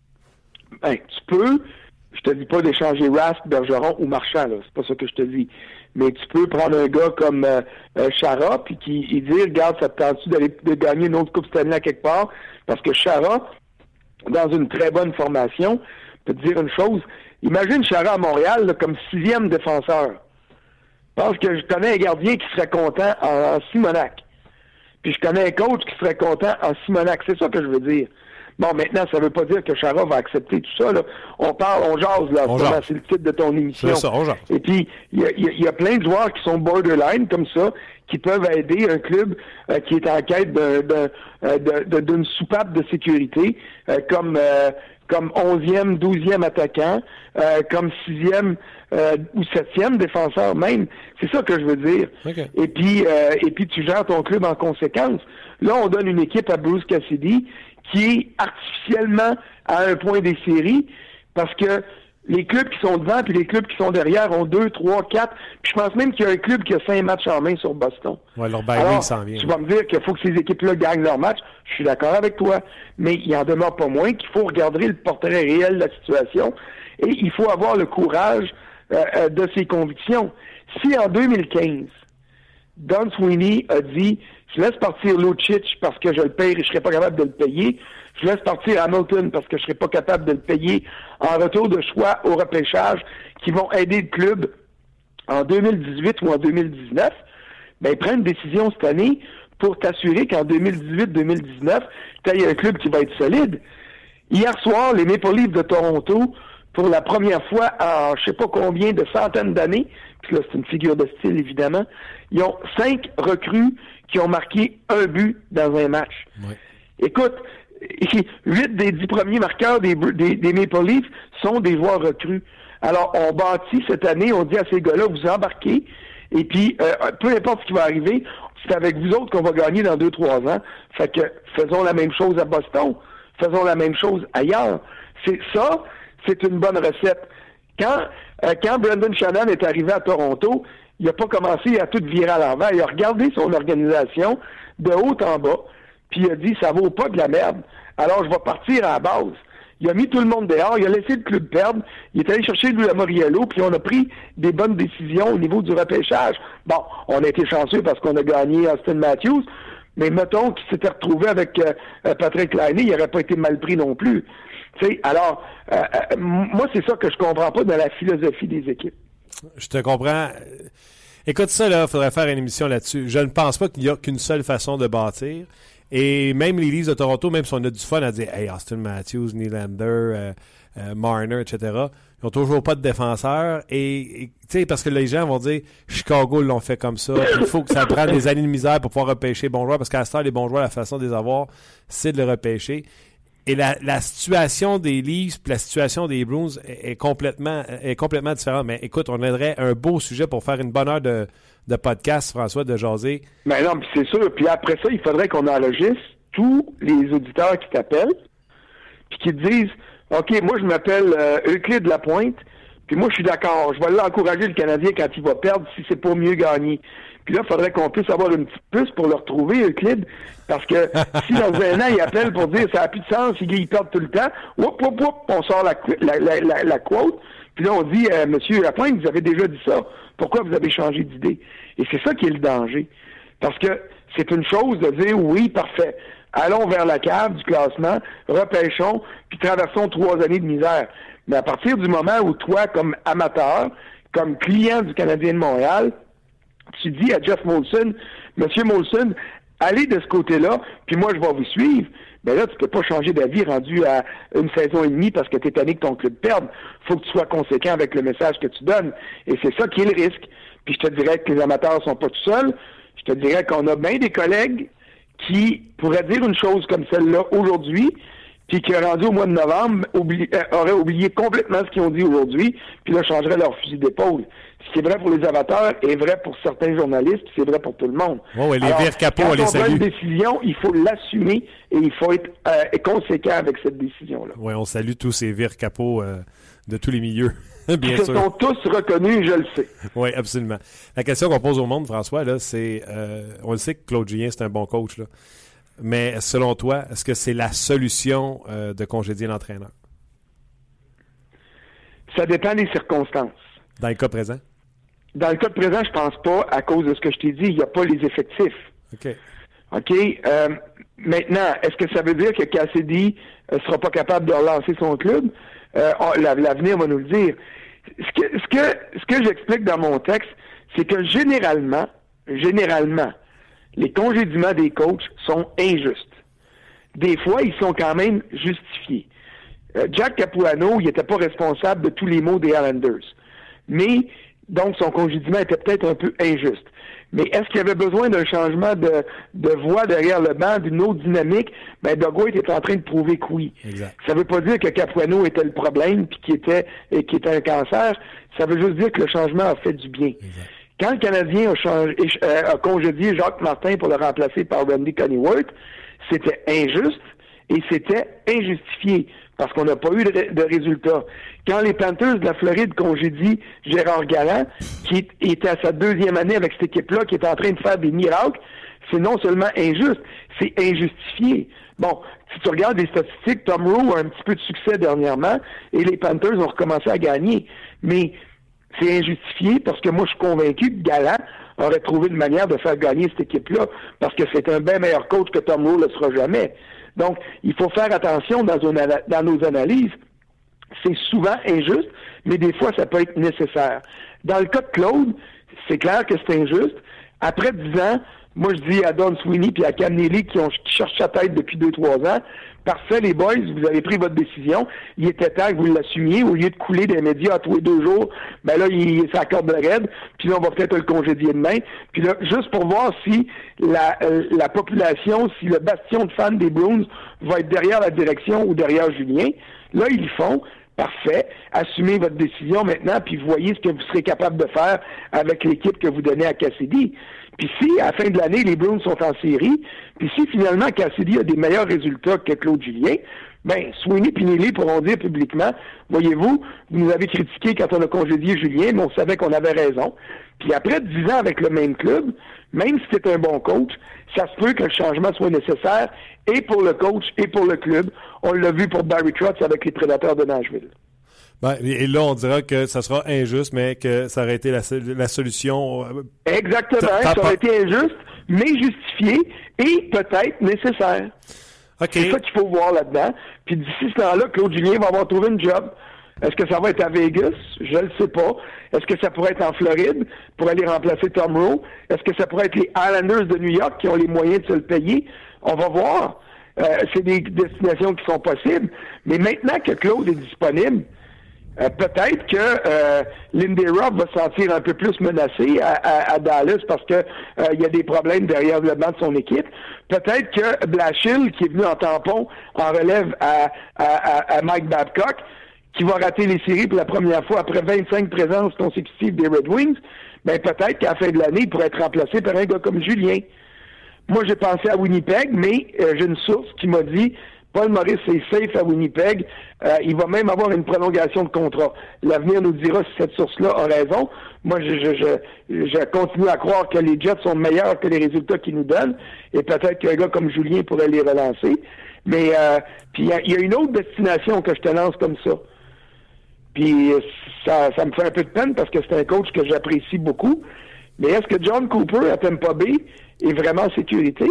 Ben, tu peux. Je te dis pas d'échanger Rass, Bergeron ou Marchand, là. C'est pas ça que je te dis. Mais tu peux prendre un gars comme euh, euh, Chara puis qui il dit, regarde, ça te tente-tu d'aller de gagner une autre Coupe Stanley à quelque part? Parce que Chara, dans une très bonne formation, je peux te dire une chose. Imagine Chara à Montréal là, comme sixième défenseur. Je pense que je connais un gardien qui serait content en, en Simonac. Puis je connais un coach qui serait content en Simonac. C'est ça que je veux dire. Bon, maintenant, ça veut pas dire que Chara va accepter tout ça. Là. On parle, on jase, là. On jase. C'est le titre de ton émission. C'est ça, on jase. Et puis, il y a, y, y a plein de joueurs qui sont borderline comme ça, qui peuvent aider un club euh, qui est en quête d'un, d'un, euh, de, de, d'une soupape de sécurité, euh, comme euh, comme onzième, douzième attaquant, euh, comme sixième euh, ou septième défenseur même. C'est ça que je veux dire. Okay. Et puis, euh, et puis tu gères ton club en conséquence. Là, on donne une équipe à Bruce Cassidy qui est artificiellement à un point des séries parce que les clubs qui sont devant puis les clubs qui sont derrière ont deux, trois, quatre. Puis je pense même qu'il y a un club qui a cinq matchs en main sur Boston. Ouais, leur bye Alors, week s'en vient. tu vas me dire qu'il faut que ces équipes-là gagnent leur match. Je suis d'accord avec toi. Mais il en demeure pas moins qu'il faut regarder le portrait réel de la situation et il faut avoir le courage euh, euh, de ses convictions. Si en deux mille quinze, Don Sweeney a dit « Je laisse partir Lucic parce que je le paye et je serai pas capable de le payer. Je laisse partir Hamilton parce que je serai pas capable de le payer en retour de choix au repêchage qui vont aider le club en deux mille dix-huit ou en deux mille dix-neuf. » Ben, prends une décision cette année pour t'assurer qu'en deux mille dix-huit deux mille dix-neuf, tu aies un club qui va être solide. Hier soir, les Maple Leafs de Toronto, pour la première fois en je sais pas combien de centaines d'années, puis là, c'est une figure de style, évidemment, ils ont cinq recrues qui ont marqué un but dans un match. Ouais. Écoute, huit des dix premiers marqueurs des, des, des Maple Leafs sont des joueurs recrues. Alors, on bâtit cette année, on dit à ces gars-là, vous embarquez, et puis, euh, peu importe ce qui va arriver, c'est avec vous autres qu'on va gagner dans deux, trois ans. Fait que faisons la même chose à Boston, faisons la même chose ailleurs. C'est ça, c'est une bonne recette. Quand, euh, quand Brendan Shannon est arrivé à Toronto, il n'a pas commencé à tout virer à l'envers. Il a regardé son organisation de haut en bas, puis il a dit, ça vaut pas de la merde. Alors, je vais partir à la base. Il a mis tout le monde dehors, il a laissé le club perdre, il est allé chercher Lou Lamoriello, puis on a pris des bonnes décisions au niveau du repêchage. Bon, on a été chanceux parce qu'on a gagné Austin Matthews, mais mettons qu'il s'était retrouvé avec euh, Patrick Laine, il n'aurait pas été mal pris non plus. T'sais, alors, euh, euh, moi, c'est ça que je comprends pas dans la philosophie des équipes. Je te comprends. Écoute ça, là, il faudrait faire une émission là-dessus. Je ne pense pas qu'il n'y a qu'une seule façon de bâtir. Et même les Leafs de Toronto, même si on a du fun à dire « Hey, Austin Matthews, Nylander, euh, euh, Marner, et cetera. Ils n'ont toujours pas de défenseurs. Et, et tu sais, parce que les gens vont dire Chicago l'ont fait comme ça. Il faut que ça prenne des années de misère pour pouvoir repêcher les bons joueurs. Parce qu'à ce temps, les bons joueurs, la façon de les avoir, c'est de les repêcher. Et la, la situation des Leafs et la situation des Bruins est, est, complètement, est complètement différente. Mais écoute, on aimerait un beau sujet pour faire une bonne heure de, de podcast, François, de jaser. Mais non, c'est sûr. Puis après ça, il faudrait qu'on enregistre tous les auditeurs qui t'appellent puis qui te disent « OK, moi, je m'appelle euh, Euclide Lapointe, puis moi, je suis d'accord. Je vais l'encourager, le Canadien, quand il va perdre, si c'est pour mieux gagner. » Puis là, il faudrait qu'on puisse avoir une petite puce pour le retrouver, Euclide, parce que si dans un an, il appelle pour dire « ça n'a plus de sens, ils perdent tout le temps », oup, oup, oup, on sort la, la, la, la, la quote, puis là, on dit euh, « Monsieur Lapointe, vous avez déjà dit ça. Pourquoi vous avez changé d'idée? » Et c'est ça qui est le danger. Parce que c'est une chose de dire « oui, parfait. Allons vers la cave du classement, repêchons, puis traversons trois années de misère. » Mais à partir du moment où toi, comme amateur, comme client du Canadien de Montréal, tu dis à Jeff Molson, « Monsieur Molson, allez de ce côté-là, puis moi, je vais vous suivre. » Ben là, tu peux pas changer d'avis rendu à une saison et demie parce que tu es tanné que ton club perde. Faut que tu sois conséquent avec le message que tu donnes. Et c'est ça qui est le risque. Puis je te dirais que les amateurs sont pas tout seuls. Je te dirais qu'on a bien des collègues qui pourraient dire une chose comme celle-là aujourd'hui, puis qui, rendu au mois de novembre, oublie, euh, auraient oublié complètement ce qu'ils ont dit aujourd'hui, puis là, changeraient leur fusil d'épaule. Ce qui est vrai pour les amateurs est vrai pour certains journalistes, puis c'est vrai pour tout le monde. Oh, oui, les Alors, vire capots, quand on les on salue. prend une décision, il faut l'assumer et il faut être euh, conséquent avec cette décision-là. Oui, on salue tous ces vire capots euh, de tous les milieux. Bien Ils sûr. se sont tous reconnus, je le sais. Oui, absolument. La question qu'on pose au monde, François, là, c'est euh, on le sait que Claude Julien, c'est un bon coach, là. Mais selon toi, est-ce que c'est la solution euh, de congédier l'entraîneur? Ça dépend des circonstances. Dans le cas présent? Dans le cas présent, je pense pas, à cause de ce que je t'ai dit, il n'y a pas les effectifs. OK. OK? Euh, maintenant, est-ce que ça veut dire que Cassidy ne euh, sera pas capable de relancer son club? Euh, oh, l'avenir va nous le dire. Ce que, ce que, ce que j'explique dans mon texte, c'est que généralement, généralement, les congédiements des coachs sont injustes. Des fois, ils sont quand même justifiés. Euh, Jack Capuano, il n'était pas responsable de tous les maux des Islanders. Mais, donc, son congédiement était peut-être un peu injuste. Mais est-ce qu'il y avait besoin d'un changement de, de voix derrière le banc, d'une autre dynamique? Ben, Doug White est en train de prouver que oui. Exact. Ça veut pas dire que Capuano était le problème puis qu'il était, et qu'il était un cancer. Ça veut juste dire que le changement a fait du bien. Exact. Quand le Canadien a, changé, euh, a congédié Jacques Martin pour le remplacer par Randy Coneyworth, c'était injuste et c'était injustifié parce qu'on n'a pas eu de, ré- de résultat. Quand les Panthers de la Floride congédient Gérard Galland, qui était à sa deuxième année avec cette équipe-là, qui est en train de faire des miracles, c'est non seulement injuste, c'est injustifié. Bon, si tu regardes les statistiques, Tom Rowe a un petit peu de succès dernièrement et les Panthers ont recommencé à gagner. Mais c'est injustifié parce que moi, je suis convaincu que Galland aurait trouvé une manière de faire gagner cette équipe-là parce que c'est un bien meilleur coach que Tom Rowe ne le sera jamais. Donc, il faut faire attention dans, une, dans nos analyses. C'est souvent injuste, mais des fois, ça peut être nécessaire. Dans le cas de Claude, c'est clair que c'est injuste. Après dix ans, moi, je dis à Don Sweeney et à Cam Neely qui, ont, qui cherchent sa tête depuis deux, trois ans, parfait, les boys, vous avez pris votre décision. Il était temps que vous l'assumiez. Au lieu de couler des médias à tous les deux jours, ben là, il s'accorde le raide. Puis là, on va peut-être le congédier demain. Puis là, juste pour voir si la, euh, la population, si le bastion de fans des Bruins va être derrière la direction ou derrière Julien. Là, ils le font. Parfait. Assumez votre décision maintenant, puis voyez ce que vous serez capable de faire avec l'équipe que vous donnez à Cassidy. Puis si, à la fin de l'année, les Bruins sont en série, puis si finalement Cassidy a des meilleurs résultats que Claude Julien, ben Sweeney et Neely pourront dire publiquement, voyez-vous, vous nous avez critiqué quand on a congédié Julien, mais on savait qu'on avait raison. Puis après dix ans avec le même club, même si c'était un bon coach, ça se peut que le changement soit nécessaire, et pour le coach et pour le club. On l'a vu pour Barry Trotz avec les Prédateurs de Nashville. Ben, et là, on dira que ça sera injuste, mais que ça aurait été la, la solution. Exactement, ça aurait été injuste, mais justifié et peut-être nécessaire. Okay. C'est ça qu'il faut voir là-dedans. Puis d'ici ce temps-là, Claude Julien va avoir trouvé une job. Est-ce que ça va être à Vegas? Je ne le sais pas. Est-ce que ça pourrait être en Floride pour aller remplacer Tom Rowe? Est-ce que ça pourrait être les Islanders de New York qui ont les moyens de se le payer? On va voir. euh, c'est des destinations qui sont possibles. Mais maintenant que Claude est disponible, euh, peut-être que euh, Lindy Ruff va se sentir un peu plus menacé à, à, à Dallas parce que euh, il y a des problèmes derrière le banc de son équipe. Peut-être que Blashill, qui est venu en tampon, en relève à, à, à, à Mike Babcock, qui va rater les séries pour la première fois après vingt-cinq présences consécutives des Red Wings, ben peut-être qu'à la fin de l'année, il pourrait être remplacé par un gars comme Julien. Moi, j'ai pensé à Winnipeg, mais euh, j'ai une source qui m'a dit Paul Maurice est safe à Winnipeg. Euh, il va même avoir une prolongation de contrat. L'avenir nous dira si cette source-là a raison. Moi, je, je, je, je continue à croire que les Jets sont meilleurs que les résultats qu'ils nous donnent, et peut-être qu'un gars comme Julien pourrait les relancer. Mais euh, puis il y, y a une autre destination que je te lance comme ça. Puis ça, ça me fait un peu de peine parce que c'est un coach que j'apprécie beaucoup. Mais est-ce que John Cooper à Tampa Bay est vraiment en sécurité?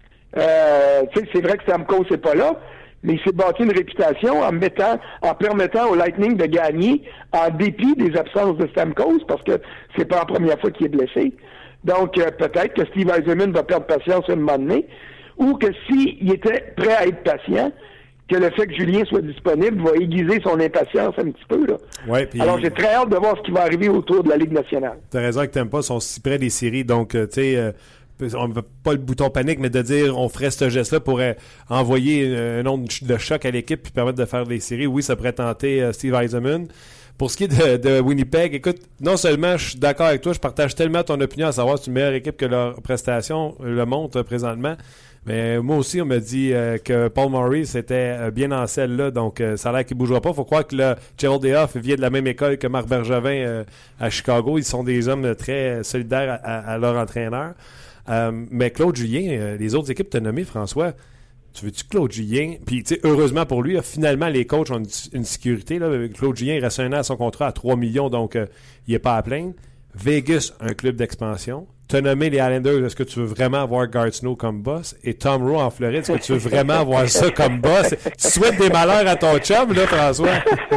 Euh, c'est vrai que Stamkos n'est pas là, mais il s'est bâti une réputation en mettant, en permettant au Lightning de gagner en dépit des absences de Stamkos, parce que c'est pas la première fois qu'il est blessé. Donc euh, peut-être que Steve Yzerman va perdre patience un moment donné, ou que s'il était prêt à être patient, que le fait que Julien soit disponible va aiguiser son impatience un petit peu. Là. Ouais, pis... Alors, j'ai très hâte de voir ce qui va arriver autour de la Ligue nationale. T'as raison que t'aimes pas, ils sont si près des séries, donc, euh, tu sais, euh, on ne veut pas le bouton panique, mais de dire on ferait ce geste-là pour euh, envoyer un onde de choc à l'équipe puis permettre de faire des séries, oui, ça pourrait tenter euh, Steve Yzerman. Pour ce qui est de, de Winnipeg, écoute, non seulement je suis d'accord avec toi, je partage tellement ton opinion à savoir si c'est une meilleure équipe que leur prestation le montre présentement, mais moi aussi, on m'a dit euh, que Paul Maurice était euh, bien en selle-là, donc euh, ça a l'air qu'il ne bougera pas. Il faut croire que le Gerald Dehoff vient de la même école que Marc Bergevin euh, à Chicago. Ils sont des hommes très solidaires à, à, à leur entraîneur. Euh, mais Claude Julien, euh, les autres équipes t'ont nommé, François. Tu veux-tu Claude Julien? Puis, tu sais, heureusement pour lui, là, finalement, les coachs ont une, une sécurité. Là. Claude Julien, il reste un an à son contrat à trois millions, donc euh, il n'est pas à plaindre. Vegas, un club d'expansion. T'as nommé les Islanders, est-ce que tu veux vraiment avoir Garth Snow comme boss? Et Tom Rowe en Floride, est-ce que tu veux vraiment avoir ça comme boss? Tu souhaites des malheurs à ton chum, là, François?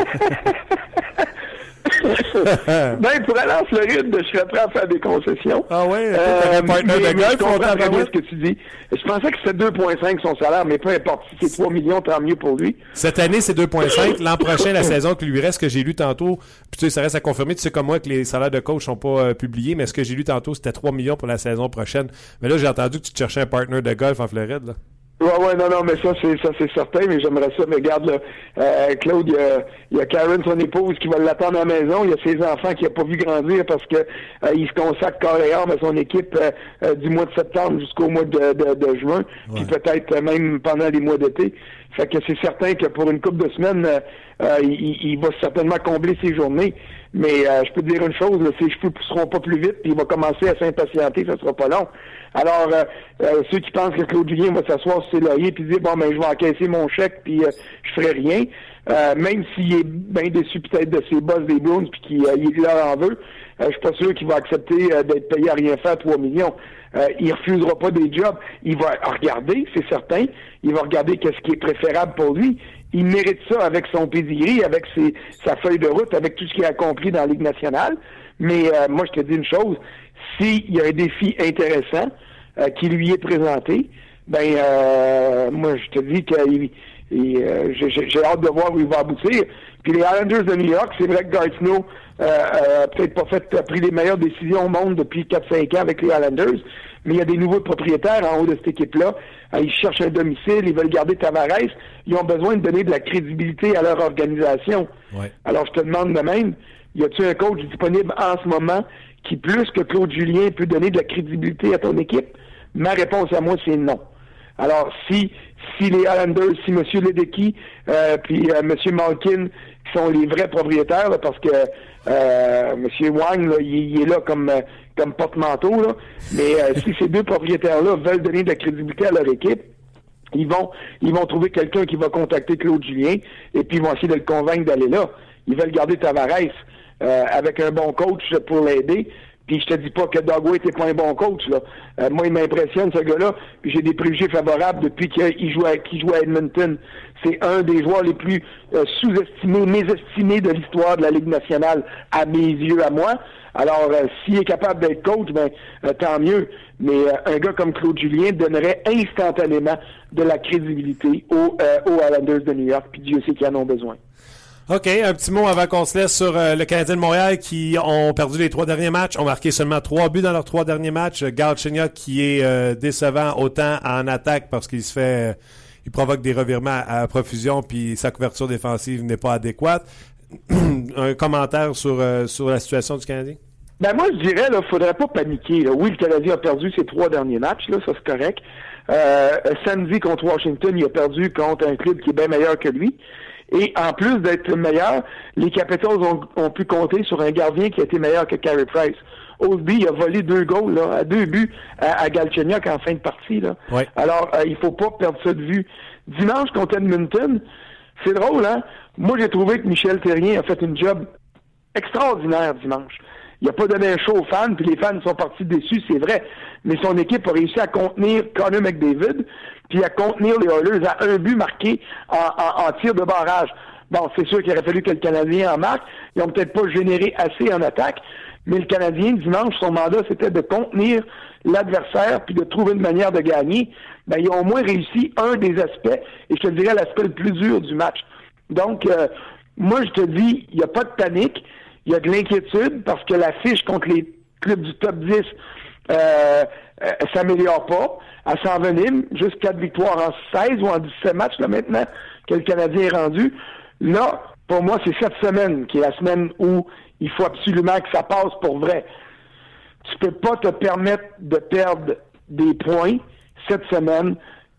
Ben, pour aller en Floride, je serais prêt à faire des concessions. Ah ouais? Euh, un partner mais, de mais golf, je comprends très bien on ce que tu dis. Je pensais que c'était deux virgule cinq son salaire, mais peu importe. Si c'est trois millions, tant mieux pour lui. Cette année, c'est deux virgule cinq. L'an prochain, la saison qui lui reste, que j'ai lu tantôt, puis tu sais, ça reste à confirmer. Tu sais comme moi que les salaires de coach sont pas euh, publiés, mais ce que j'ai lu tantôt, c'était trois millions pour la saison prochaine. Mais là, j'ai entendu que tu te cherchais un partner de golf en Floride, là. Ouais, ouais, non, non, mais ça, c'est ça, c'est certain, mais j'aimerais ça. Mais regarde, là, euh, Claude, il y a, il y a Karen, son épouse, qui va l'attendre à la maison. Il y a ses enfants qu'il n'a pas vu grandir parce que euh, il se consacre corps et âme à son équipe euh, euh, du mois de septembre jusqu'au mois de, de, de juin, ouais. Puis peut-être même pendant les mois d'été. Fait que c'est certain que pour une couple de semaines, euh, euh, il, il va certainement combler ses journées. Mais euh, je peux te dire une chose, là, ses cheveux ne pousseront pas plus vite, puis il va commencer à s'impatienter, ça sera pas long. Alors, euh, euh, ceux qui pensent que Claude Julien va s'asseoir sur ses lauriers puis dire, bon, ben, je vais encaisser mon chèque, puis euh, je ferai rien, euh, même s'il est bien déçu peut-être de ses boss des Bruins, puis qu'il euh, il leur en veut, euh, je suis pas sûr qu'il va accepter euh, d'être payé à rien faire trois millions. Euh, il refusera pas des jobs. Il va regarder, c'est certain. Il va regarder qu'est-ce qui est préférable pour lui. Il mérite ça avec son pedigree, avec ses, sa feuille de route, avec tout ce qu'il a accompli dans la Ligue nationale. Mais euh, moi, je te dis une chose. S'il y a un défi intéressant euh, qui lui est présenté, ben euh, moi, je te dis que il, il, euh, j'ai, j'ai hâte de voir où il va aboutir. Puis les Islanders de New York, c'est vrai que Garth Snow euh, euh, peut-être pas fait, a pris les meilleures décisions au monde depuis quatre cinq ans avec les Islanders, mais il y a des nouveaux propriétaires en haut de cette équipe-là. Euh, ils cherchent un domicile, ils veulent garder Tavares. Ils ont besoin de donner de la crédibilité à leur organisation. Ouais. Alors, je te demande de même, y a-t-il un coach disponible en ce moment qui, plus que Claude Julien, peut donner de la crédibilité à ton équipe? Ma réponse à moi, c'est non. Alors, si si les Islanders, si M. Ledecky, euh, puis euh, M. Malkin, qui sont les vrais propriétaires, là, parce que euh, M. Wang, là, il, il est là comme euh, comme porte-manteau, là, mais euh, si ces deux propriétaires-là veulent donner de la crédibilité à leur équipe, ils vont ils vont trouver quelqu'un qui va contacter Claude Julien, et puis ils vont essayer de le convaincre d'aller là. Ils veulent garder Tavares euh, avec un bon coach pour l'aider, Puis je te dis pas que Doug Weight n'est pas un bon coach, là. Euh, moi, il m'impressionne, ce gars-là. Puis j'ai des préjugés favorables depuis qu'il joue à, qu'il joue à Edmonton. C'est un des joueurs les plus euh, sous-estimés, mésestimés de l'histoire de la Ligue nationale, à mes yeux, à moi. Alors, euh, s'il est capable d'être coach, ben euh, tant mieux. Mais euh, un gars comme Claude Julien donnerait instantanément de la crédibilité aux, euh, aux Islanders de New York. Puis Dieu sait qu'ils en ont besoin. OK, un petit mot avant qu'on se laisse sur euh, le Canadien de Montréal qui ont perdu les trois derniers matchs, ont marqué seulement trois buts dans leurs trois derniers matchs. Galchenyuk qui est euh, décevant autant en attaque parce qu'il se fait, euh, il provoque des revirements à, à profusion puis sa couverture défensive n'est pas adéquate. Un commentaire sur euh, sur la situation du Canadien? Ben moi je dirais là, faudrait pas paniquer. Là. Oui, le Canadien a perdu ses trois derniers matchs, là, ça c'est correct. Euh, samedi contre Washington, il a perdu contre un club qui est bien meilleur que lui. Et en plus d'être meilleur, les Capitals ont, ont pu compter sur un gardien qui a été meilleur que Carey Price. Oldby, il a volé deux goals, là, à deux buts à, à Galchenyuk en fin de partie. Là. Ouais. Alors, euh, il faut pas perdre ça de vue. Dimanche contre Edmonton, c'est drôle, hein? Moi, j'ai trouvé que Michel Therrien a fait une job extraordinaire dimanche. Il n'a pas donné un show aux fans, puis les fans sont partis déçus, c'est vrai. Mais son équipe a réussi à contenir Connor McDavid, puis à contenir les Oilers à un but marqué en, en, en tir de barrage. Bon, c'est sûr qu'il aurait fallu que le Canadien en marque. Ils n'ont peut-être pas généré assez en attaque, mais le Canadien, dimanche, son mandat, c'était de contenir l'adversaire puis de trouver une manière de gagner. Ben, ils ont au moins réussi un des aspects, et je te dirais l'aspect le plus dur du match. Donc, euh, moi, je te dis, il n'y a pas de panique. Il y a de l'inquiétude parce que la fiche contre les clubs du top dix euh, euh, s'améliore pas. Elle s'envenime. Juste quatre victoires en seize ou en dix-sept matchs là maintenant que le Canadien est rendu. Là, pour moi, c'est cette semaine qui est la semaine où il faut absolument que ça passe pour vrai. Tu peux pas te permettre de perdre des points cette semaine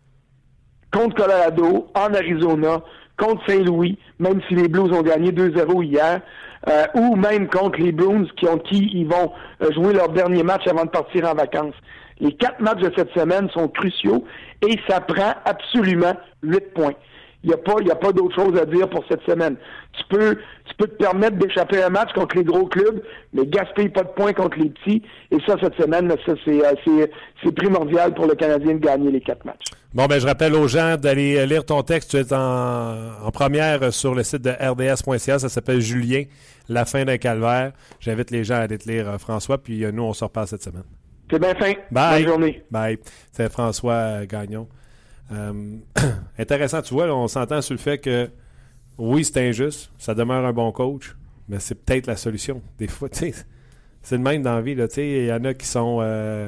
contre Colorado, en Arizona, contre Saint-Louis, même si les Blues ont gagné deux zéro hier, euh, ou même contre les Bruins qui ont qui ils vont euh, jouer leur dernier match avant de partir en vacances. Les quatre matchs de cette semaine sont cruciaux et ça prend absolument huit points. Il n'y a pas, il y a pas d'autre chose à dire pour cette semaine. Tu peux, tu peux te permettre d'échapper un match contre les gros clubs, mais gaspille pas de points contre les petits. Et ça, cette semaine, ça, c'est, c'est, c'est primordial pour le Canadien de gagner les quatre matchs. Bon, ben, je rappelle aux gens d'aller lire ton texte. Tu es en, en première sur le site de R D S point C A. Ça s'appelle Julien, la fin d'un calvaire. J'invite les gens à aller te lire, euh, François. Puis euh, nous, on se reparle cette semaine. C'est bien fin. Bye. Bonne journée. Bye. C'est François euh, Gagnon. Euh, intéressant, tu vois, là, on s'entend sur le fait que oui, c'est injuste, ça demeure un bon coach, mais c'est peut-être la solution. Des fois, tu sais, c'est le même dans la vie, là, tu sais, il y en a qui sont euh,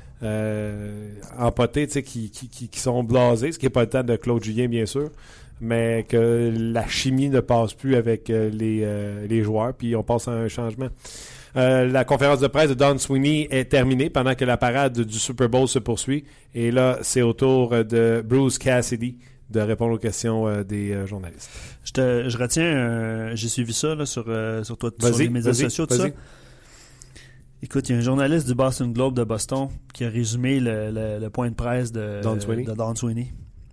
euh, empotés, tu sais, qui, qui, qui, qui sont blasés, ce qui n'est pas le temps de Claude Julien, bien sûr, mais que la chimie ne passe plus avec euh, les, euh, les joueurs, puis on passe à un changement. Euh, la conférence de presse de Don Sweeney est terminée pendant que la parade du Super Bowl se poursuit. Et là, c'est au tour de Bruce Cassidy de répondre aux questions euh, des euh, journalistes. Je, te, je retiens, euh, j'ai suivi ça là, sur, euh, sur, toi, sur les médias sociaux, tout ça. Écoute, il y a un journaliste du Boston Globe de Boston qui a résumé le, le, le point de presse de Don Sweeney. De Don Sweeney.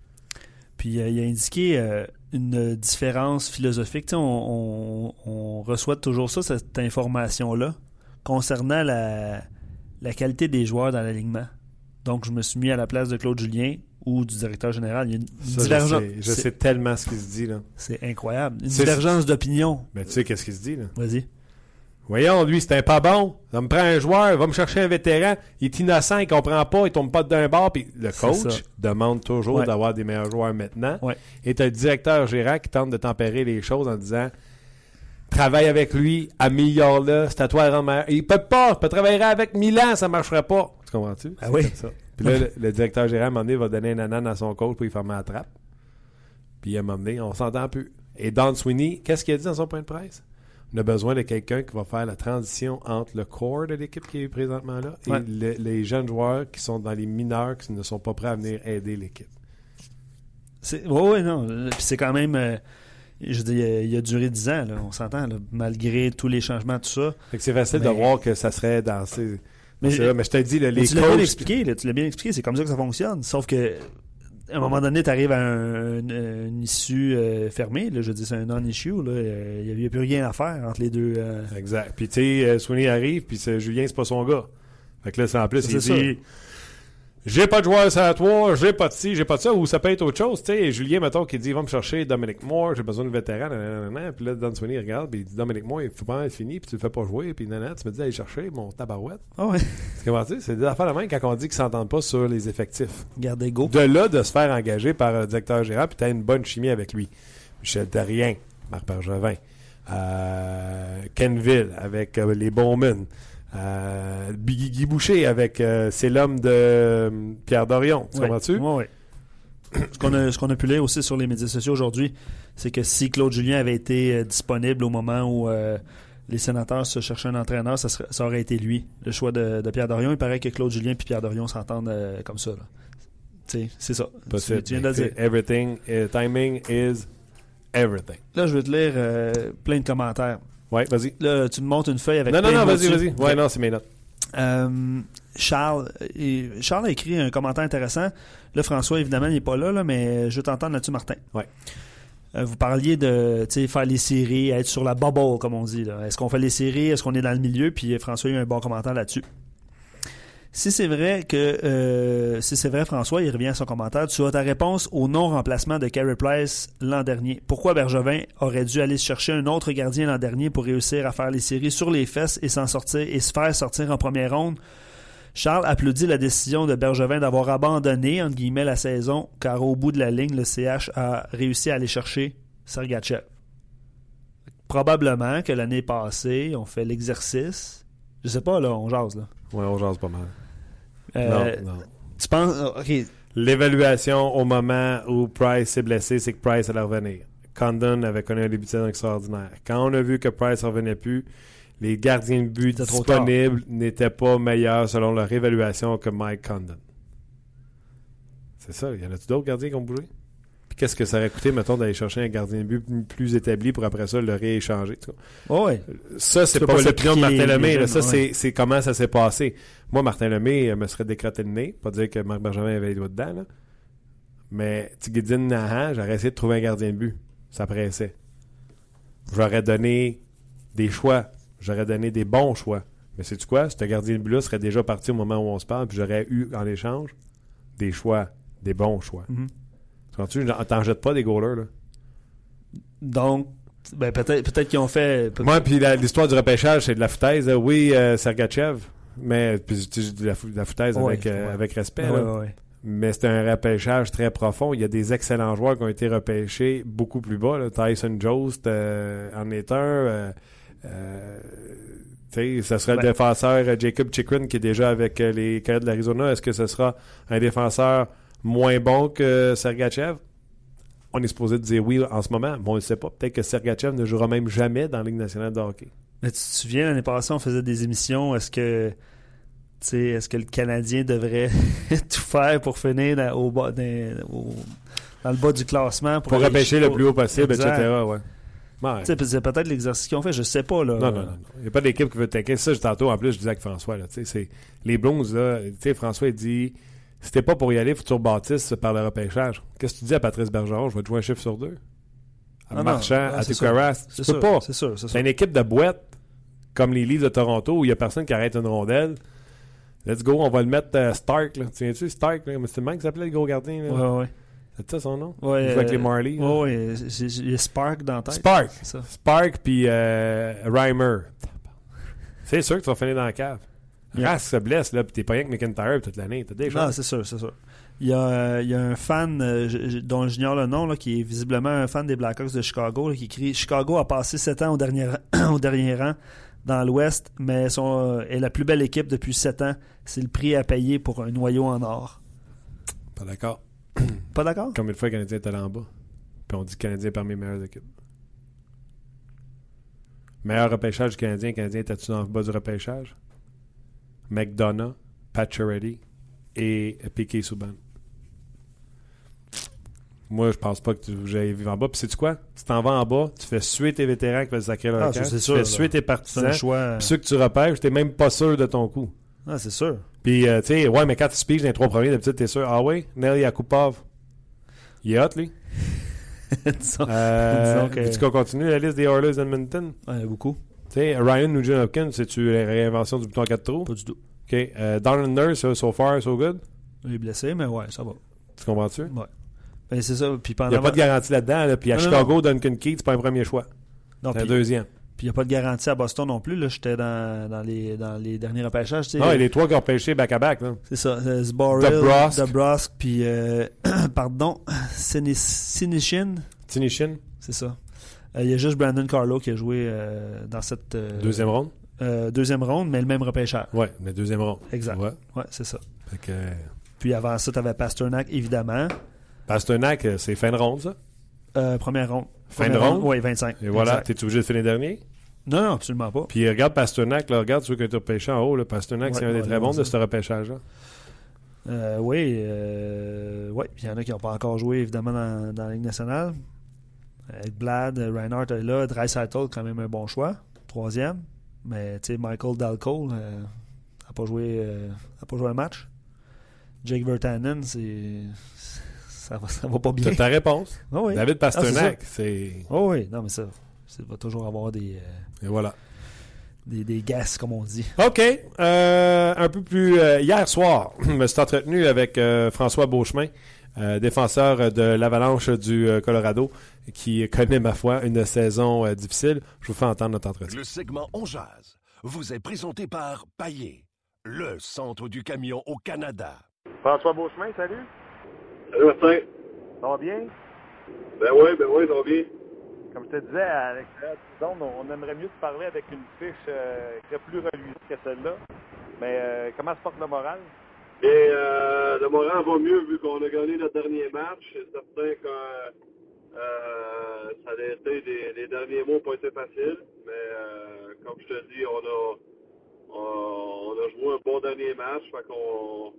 Puis euh, il a indiqué euh, une différence philosophique. Tu sais, on, on, on reçoit toujours ça, cette information-là, concernant la, la qualité des joueurs dans l'alignement. Donc, je me suis mis à la place de Claude Julien ou du directeur général. Il y a une, une ça, divergence. Je, sais, je sais tellement ce qui se dit, là. C'est incroyable. Une c'est, divergence d'opinion. Mais tu sais qu'est-ce qui se dit, là? Vas-y. Voyons, lui, c'était pas bon. Ça me prend un joueur, va me chercher un vétéran. Il est innocent, il comprend pas, il tombe pas d'un bord. Puis le coach demande toujours ouais. d'avoir des meilleurs joueurs maintenant. Ouais. Et tu as le directeur gérant qui tente de tempérer les choses en disant travaille avec lui, améliore-le, c'est à toi de rendre meilleur. Il peut pas, il peut travailler avec Milan, ça marcherait pas. Tu comprends-tu? Ah oui. Ça. Puis là, le, le directeur gérant, à un moment donné, va donner un anan à son coach pour lui fermer la trappe. Puis à un moment donné, on s'entend plus. Et Don Sweeney, qu'est-ce qu'il a dit dans son point de presse? On a besoin de quelqu'un qui va faire la transition entre le core de l'équipe qui est présentement là et ouais. le, les jeunes joueurs qui sont dans les mineurs qui ne sont pas prêts à venir aider l'équipe. C'est, oui, oui, non. Puis c'est quand même... Euh, je dis, il a duré dix ans, là, on s'entend, là, malgré tous les changements, tout ça. Fait que c'est facile mais... de voir que ça serait dans ces... Mais, c'est là, mais je te dis, là, les tu coachs... l'as bien expliqué, là, tu l'as bien expliqué, c'est comme ça que ça fonctionne. Sauf que à un moment donné, tu arrives à un, un, une issue euh, fermée. Là, je dis c'est un non-issue. Il n'y avait plus rien à faire entre les deux. Euh... Exact. Puis tu sais, euh, Sweeney arrive, puis Julien, c'est pas son gars. Fait que là, c'est en plus, c'est il ça. dit j'ai pas de joueur à toi, j'ai pas de ci, j'ai pas de ça, ou ça peut être autre chose. Tu sais, Julien, mettons, qui dit va me chercher Dominic Moore, j'ai besoin de vétéran, nanana. Puis là, Don Sweeney regarde, puis il dit Dominic Moore, il faut pas être fini, puis tu le fais pas jouer, puis nanana, tu me dis aller chercher mon tabarouette. Ah ouais. C'est comment tu sais, c'est des affaires de même quand on dit qu'ils s'entendent pas sur les effectifs. Gardez go. De là, de se faire engager par le directeur général, puis t'as une bonne chimie avec lui. Michel Therrien, Marc Bergevin, euh, Kenville avec euh, les Bowman. Euh, Guy Boucher avec euh, c'est l'homme de euh, Pierre Dorion, tu ouais. comprends-tu? Oui, oui. ce, qu'on a, ce qu'on a pu lire aussi sur les médias sociaux aujourd'hui, c'est que si Claude Julien avait été euh, disponible au moment où euh, les sénateurs se cherchaient un entraîneur, ça, serait, ça aurait été lui, le choix de, de Pierre Dorion. Il paraît que Claude Julien et Pierre Dorion s'entendent euh, comme ça. Là. Tu sais, c'est ça. Possible. Tu viens de le dire. Everything, uh, timing is everything. Là, je vais te lire euh, plein de commentaires. Ouais, vas-y. Là, tu me montres une feuille avec... Non, non, non, vas-y, dessus. vas-y. Ouais, non, c'est mes notes. Euh, Charles, et Charles a écrit un commentaire intéressant. Là, François, évidemment, il n'est pas là, là, mais je veux t'entendre là-dessus, Martin. Ouais. Euh, vous parliez de faire les séries, être sur la bubble, comme on dit. Là. Est-ce qu'on fait les séries? Est-ce qu'on est dans le milieu? Puis François a eu un bon commentaire là-dessus. Si c'est vrai que euh, si c'est vrai, François, il revient à son commentaire, tu as ta réponse au non-remplacement de Carey Price l'an dernier. Pourquoi Bergevin aurait dû aller chercher un autre gardien l'an dernier pour réussir à faire les séries sur les fesses et s'en sortir et se faire sortir en première ronde? Charles applaudit la décision de Bergevin d'avoir abandonné, entre guillemets, la saison, car au bout de la ligne, le C H a réussi à aller chercher Sergachev. Probablement que l'année passée, on fait l'exercice. Je sais pas, là, on jase, là. Ouais, on jase pas mal. Euh, non, non. Tu penses... OK. L'évaluation au moment où Price s'est blessé, c'est que Price allait revenir. Condon avait connu un début de saison extraordinaire. Quand on a vu que Price ne revenait plus, les gardiens de but disponibles n'étaient pas meilleurs selon leur évaluation que Mike Condon. C'est ça. Y en a-tu d'autres gardiens qui ont bougé? Puis qu'est-ce que ça aurait coûté, mettons, d'aller chercher un gardien de but plus établi pour après ça le rééchanger? Oh ouais. Ça, c'est pas, pas l'opinion de Martin Lemay. Là. Ça, ouais. c'est, c'est comment ça s'est passé. Moi, Martin Lemay me serait décroté le nez. Pas dire que Marc Bergevin avait les doigts dedans. Là. Mais Tigidin Nahan, j'aurais essayé de trouver un gardien de but. Ça pressait. J'aurais donné des choix. J'aurais donné des bons choix. Mais sais-tu quoi? Ce gardien de but-là serait déjà parti au moment où on se parle, puis j'aurais eu en échange des choix, des bons choix. Mm-hmm. Tu t'en jettes pas des goalers, là. Donc, ben peut-être, peut-être qu'ils ont fait... Peut-être... Moi, puis la, l'histoire du repêchage, c'est de la foutaise. Oui, euh, Sergachev, mais puis de la, de la foutaise ouais, avec, euh, ouais. avec respect. Ouais, là. Ouais, ouais. Mais c'est un repêchage très profond. Il y a des excellents joueurs qui ont été repêchés beaucoup plus bas. Là. Tyson Jost euh, en est un. Euh, euh, tu sais, ce serait ben. le défenseur euh, Jacob Chikrin qui est déjà avec euh, les Coyotes de l'Arizona. Est-ce que ce sera un défenseur moins bon que Sergachev? On est supposé dire oui en ce moment, mais on ne le sait pas. Peut-être que Sergachev ne jouera même jamais dans la Ligue nationale de hockey. Mais tu te souviens, l'année passée, on faisait des émissions. Est-ce que, est-ce que le Canadien devrait tout faire pour finir dans, au bas, dans, au, dans le bas du classement? Pour, pour repêcher le plus haut possible, exact. et cetera. Ouais. Ouais. C'est peut-être l'exercice qu'ils ont fait, je sais pas. Là. Non, non, non. Il n'y a pas d'équipe qui veut t'inquiéter. Ça, tantôt, en plus, je disais avec François. Là, c'est, les Blues, là, François, il dit... Si t'es pas pour y aller, faut que tu rebâtisses par le repêchage. Qu'est-ce que tu dis à Patrice Bergeron? Je vais te jouer un chiffre sur deux. À non, Marchand, non, à c'est Tucaras. Tu peux sûr, pas. C'est sûr, c'est, c'est une équipe de boîtes comme les Leafs de Toronto où il y a personne qui arrête une rondelle. Let's go, on va le mettre euh, Stark. Là. Tu viens-tu Stark? Là? Mais c'est le même qui s'appelait le gros gardien. Là. Ouais, ouais. C'est ça son nom? Ouais, il joue euh, avec les Marlies. Ouais, ouais. Il y a Spark dans la tête. Spark. C'est ça. Spark puis euh, Reimer. C'est sûr que tu vas finir dans la cave. Yeah. Rask se blesse, là, puis t'es pas rien que McIntyre toute l'année. T'as des choses. Non, c'est sûr, c'est sûr. Il y a, euh, il y a un fan euh, dont j'ignore le nom, là, qui est visiblement un fan des Blackhawks de Chicago, là, qui crie « Chicago a passé sept ans au dernier, au dernier rang dans l'Ouest, mais sont, euh, est la plus belle équipe depuis sept ans. C'est le prix à payer pour un noyau en or. » Pas d'accord. Pas d'accord? Combien de fois le Canadien est allé en bas? Puis on dit que le Canadien est parmi les meilleures équipes. Meilleur repêchage du Canadien, le Canadien était-tu dans le bas du repêchage? McDonough, Pacioretty et Piquet Souban. Moi, je pense pas que tu j'aille vivre en bas. Puis sais-tu quoi? Si t'en vas en bas, tu fais suer tes vétérans qui veulent sacrer leur ah, camp. Tu sûr, fais suer tes partisans. C'est un choix. Puis ceux que tu repêches, t'es même pas sûr de ton coup. Ah, c'est sûr. Puis, euh, tu sais, ouais, mais quand tu speaks dans les trois premiers, d'habitude, t'es sûr. Ah oui? Nelly Yakupov. Il est hot, lui. disons, Euh, disons que... Veux-tu qu'on continue la liste des Oilers d'Edmonton? Ouais, beaucoup. Tu sais, Ryan Nugent-Hopkins, c'est-tu la réinvention du bouton quatre trous? Pas du tout. OK. Euh, Darren Nurse, so far, so good? Il est blessé, mais ouais, ça va. Tu comprends-tu? Ouais. Ben, c'est ça. Puis Il pendant n'y a pas de garantie là-dedans. Là. Puis à non, Chicago, non. Duncan Keith, c'est pas un premier choix. Non, C'est un puis, deuxième. puis il n'y a pas de garantie à Boston non plus. Là, j'étais dans, dans, les, dans les derniers repêchages. Tu sais, Non, il y a les trois qui ont pêché back-à-back. Là. c'est ça. euh, Zboril, DeBrusk. DeBrusk, puis euh, pardon, Sinis- Sinishin. Tinishin, C'est ça. Euh, Il y a juste Brandon Carlo qui a joué euh, dans cette euh, deuxième ronde. euh, deuxième ronde, mais le même repêchage. Ouais, mais deuxième ronde. Exact. Ouais. Ouais, c'est ça. Fait que, Puis avant ça, tu avais Pasternak, évidemment. Pasternak, euh, c'est fin de ronde, ça? Euh, première ronde. Fin Première de ronde? Oui, vingt-cinq. Et voilà, Exact. t'es obligé de finir dernier? Non, non, absolument pas. Puis regarde Pasternak, là, regarde ceux qui ont été repêchés en haut. Là. Pasternak, Ouais, c'est un des ouais, très bons ouais, de ça. ce repêchage-là. Euh, oui, euh, ouais. Puis il y en a qui n'ont pas encore joué, évidemment, dans, dans la Ligue nationale. Avec Blad, Reinhardt est là. Draisaitl, quand même un bon choix. Troisième. Mais, tu sais, Michael Dalcole euh, n'a pas, joué, euh, a pas joué un match. Jake Virtanen, c'est... Ça va, ça va pas bien. C'est ta réponse. Oh oui. David Ah, c'est Pasternak, ça. c'est... Oh oui, non, mais ça, ça va toujours avoir des, euh, Et voilà. des, des guesses, comme on dit. OK. Euh, un peu plus... euh, hier soir, je me suis entretenu avec euh, François Beauchemin, euh, défenseur de l'Avalanche du euh, Colorado, qui connaît, ma foi, une saison euh, difficile. Je vous fais entendre notre entretien. Le segment On Jase vous est présenté par Paillé, le centre du camion au Canada. François Beauchemin, salut. Salut Martin. Ça va bien? Ben oui, ben oui, ça va bien. Comme je te disais, à l'extérieur de la zone, on aimerait mieux te parler avec une fiche euh, qui serait plus reluisante que celle-là. Mais euh, comment se porte le moral? Et euh, le moral va mieux vu qu'on a gagné notre dernier match. C'est certain que euh, ça a été des, les derniers mois n'ont pas été faciles. Mais euh, comme je te dis, on a on, on a joué un bon dernier match. Fait qu'on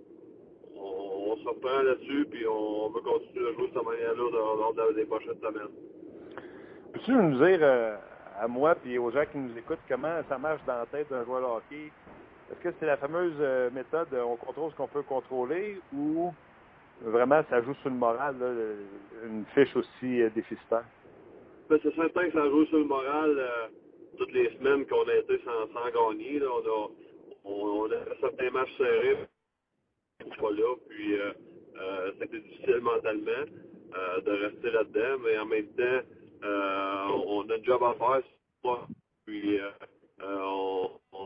on, on se reprend là-dessus puis on, on veut continuer à jouer de cette manière-là lors, lors des prochaines semaines. Peux-tu nous dire euh, à moi et aux gens qui nous écoutent comment ça marche dans la tête d'un joueur de hockey? Est-ce que c'est la fameuse euh, méthode euh, on contrôle ce qu'on peut contrôler ou vraiment ça joue sur le moral, là, une fiche aussi euh, déficitaire? Ben, c'est certain que ça joue sur le moral euh, toutes les semaines qu'on a été sans, sans gagner. Là, on a on, on a fait certains matchs serrés, pas là, puis euh, euh, c'était difficile mentalement euh, de rester là-dedans, mais en même temps, euh, on a un job à faire, puis euh, euh, on, on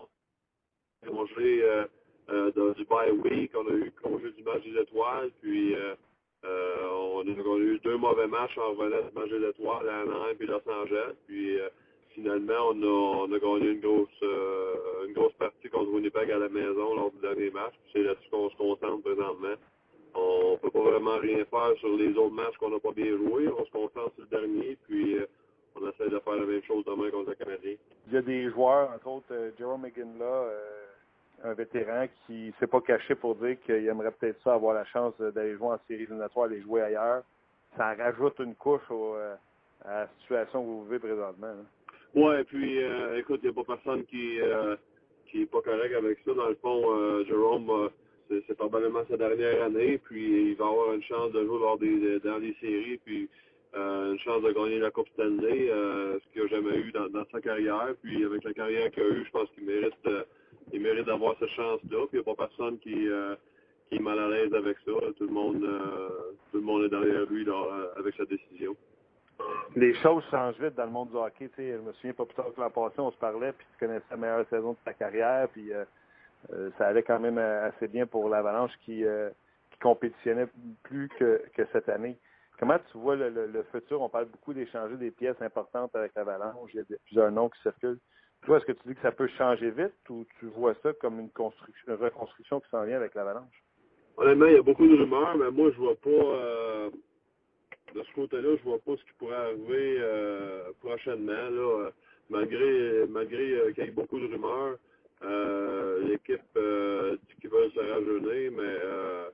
a congé euh, euh, de, du bye week, on a eu congé du match des étoiles, puis euh, euh, on, a, on a eu deux mauvais matchs en revenant du match des étoiles à Anaheim et Los Angeles, puis euh, finalement on a, on a gagné une grosse euh, une grosse partie contre Winnipeg à la maison lors du dernier match, puis c'est là-dessus qu'on se concentre présentement. On ne peut pas vraiment rien faire sur les autres matchs qu'on n'a pas bien joué. On se concentre sur le dernier, puis euh, on essaie de faire la même chose demain contre le Canadien. Il y a des joueurs, entre autres euh, Jerome McGinley, euh, un vétéran qui ne s'est pas caché pour dire qu'il aimerait peut-être ça avoir la chance d'aller jouer en séries éliminatoires, aller jouer ailleurs. Ça rajoute une couche au, euh, à la situation que vous vivez présentement. Hein. Ouais, puis euh, écoute, il n'y a pas personne qui euh, qui est pas correct avec ça. Dans le fond, euh, Jerome, euh, c'est, c'est probablement sa dernière année, puis il va avoir une chance de jouer lors des, dans les séries, puis euh, une chance de gagner la Coupe Stanley, euh, ce qu'il n'a jamais eu dans, dans sa carrière. Puis avec la carrière qu'il a eue, je pense qu'il mérite euh, il mérite d'avoir cette chance-là. Puis il n'y a pas personne qui, euh, qui est mal à l'aise avec ça. Tout le monde euh, tout le monde est derrière lui là, avec sa décision. Les choses changent vite dans le monde du hockey. T'sais, je me souviens pas plus tard que l'an passé, on se parlait, puis tu connaissais la meilleure saison de ta carrière, puis euh, euh, ça allait quand même assez bien pour l'Avalanche qui, euh, qui compétitionnait plus que, que cette année. Comment tu vois le, le, le futur? On parle beaucoup d'échanger des pièces importantes avec l'Avalanche. Il y a plusieurs noms qui circulent. Toi, est-ce que tu dis que ça peut changer vite ou tu vois ça comme une, construction, une reconstruction qui s'en vient avec l'Avalanche? Honnêtement, il y a beaucoup de rumeurs, mais moi, je vois pas... Euh... De ce côté-là, je vois pas ce qui pourrait arriver euh, prochainement. Là, euh, malgré malgré euh, qu'il y ait beaucoup de rumeurs, euh, l'équipe euh, dit qu'ils veulent se rajeunir, mais euh,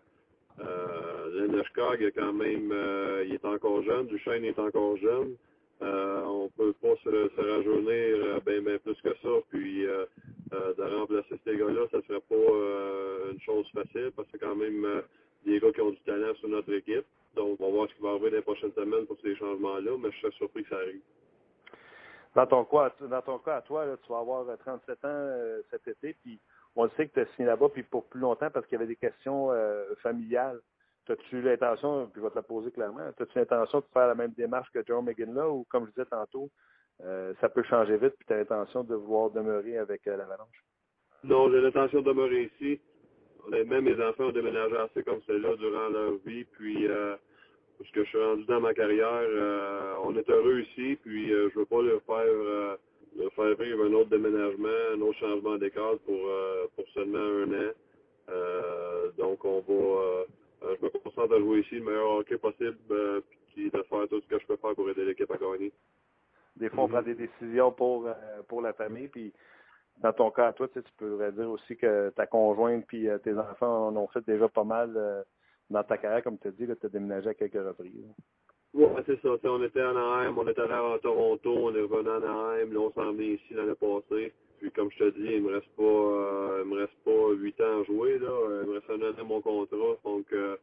euh, Landeskog est quand même, euh, il est encore jeune, Duchesne est encore jeune. Euh, on peut pas se, se rajeunir bien ben plus que ça. Puis euh, euh, de remplacer ces gars-là, ça serait pas euh, une chose facile parce que c'est quand même euh, des gars qui ont du talent sur notre équipe. Donc, on va voir ce qui va arriver dans les prochaines semaines pour ces changements-là, mais je serais surpris que ça arrive. Dans ton cas, dans ton cas à toi, là, tu vas avoir trente-sept ans euh, cet été, puis on le sait que tu as signé là-bas puis pour plus longtemps parce qu'il y avait des questions euh, familiales. As-tu l'intention, puis je vais te la poser clairement, as-tu l'intention de faire la même démarche que Jerome McGinley ou, comme je disais tantôt, euh, ça peut changer vite, puis tu as l'intention de vouloir demeurer avec euh, l'Avalanche? Non, j'ai l'intention de demeurer ici. Même mes enfants ont déménagé assez comme celle-là durant leur vie, puis euh, parce que je suis rendu dans ma carrière, euh, on est heureux ici, puis euh, je veux pas leur faire euh, leur faire vivre un autre déménagement, un autre changement d'école pour euh, pour seulement un an. Euh, donc on va euh, je me concentre à jouer ici le meilleur hockey possible, euh, puis de faire tout ce que je peux faire pour aider l'équipe à gagner. Des fois, on prend des décisions pour euh, pour la famille, puis dans ton cas à toi, tu sais, tu pourrais dire aussi que ta conjointe puis euh, tes enfants en ont fait déjà pas mal euh, dans ta carrière, comme tu as dit, tu as déménagé à quelques reprises. Oui, c'est ça. T'sais, on était à Anaheim, on était allé à Toronto, on est revenu à Anaheim, là on s'en vient ici l'année passée. Puis comme je te dis, il me reste pas euh, il me reste pas huit ans à jouer, là. Il me reste un an à mon contrat. Donc euh,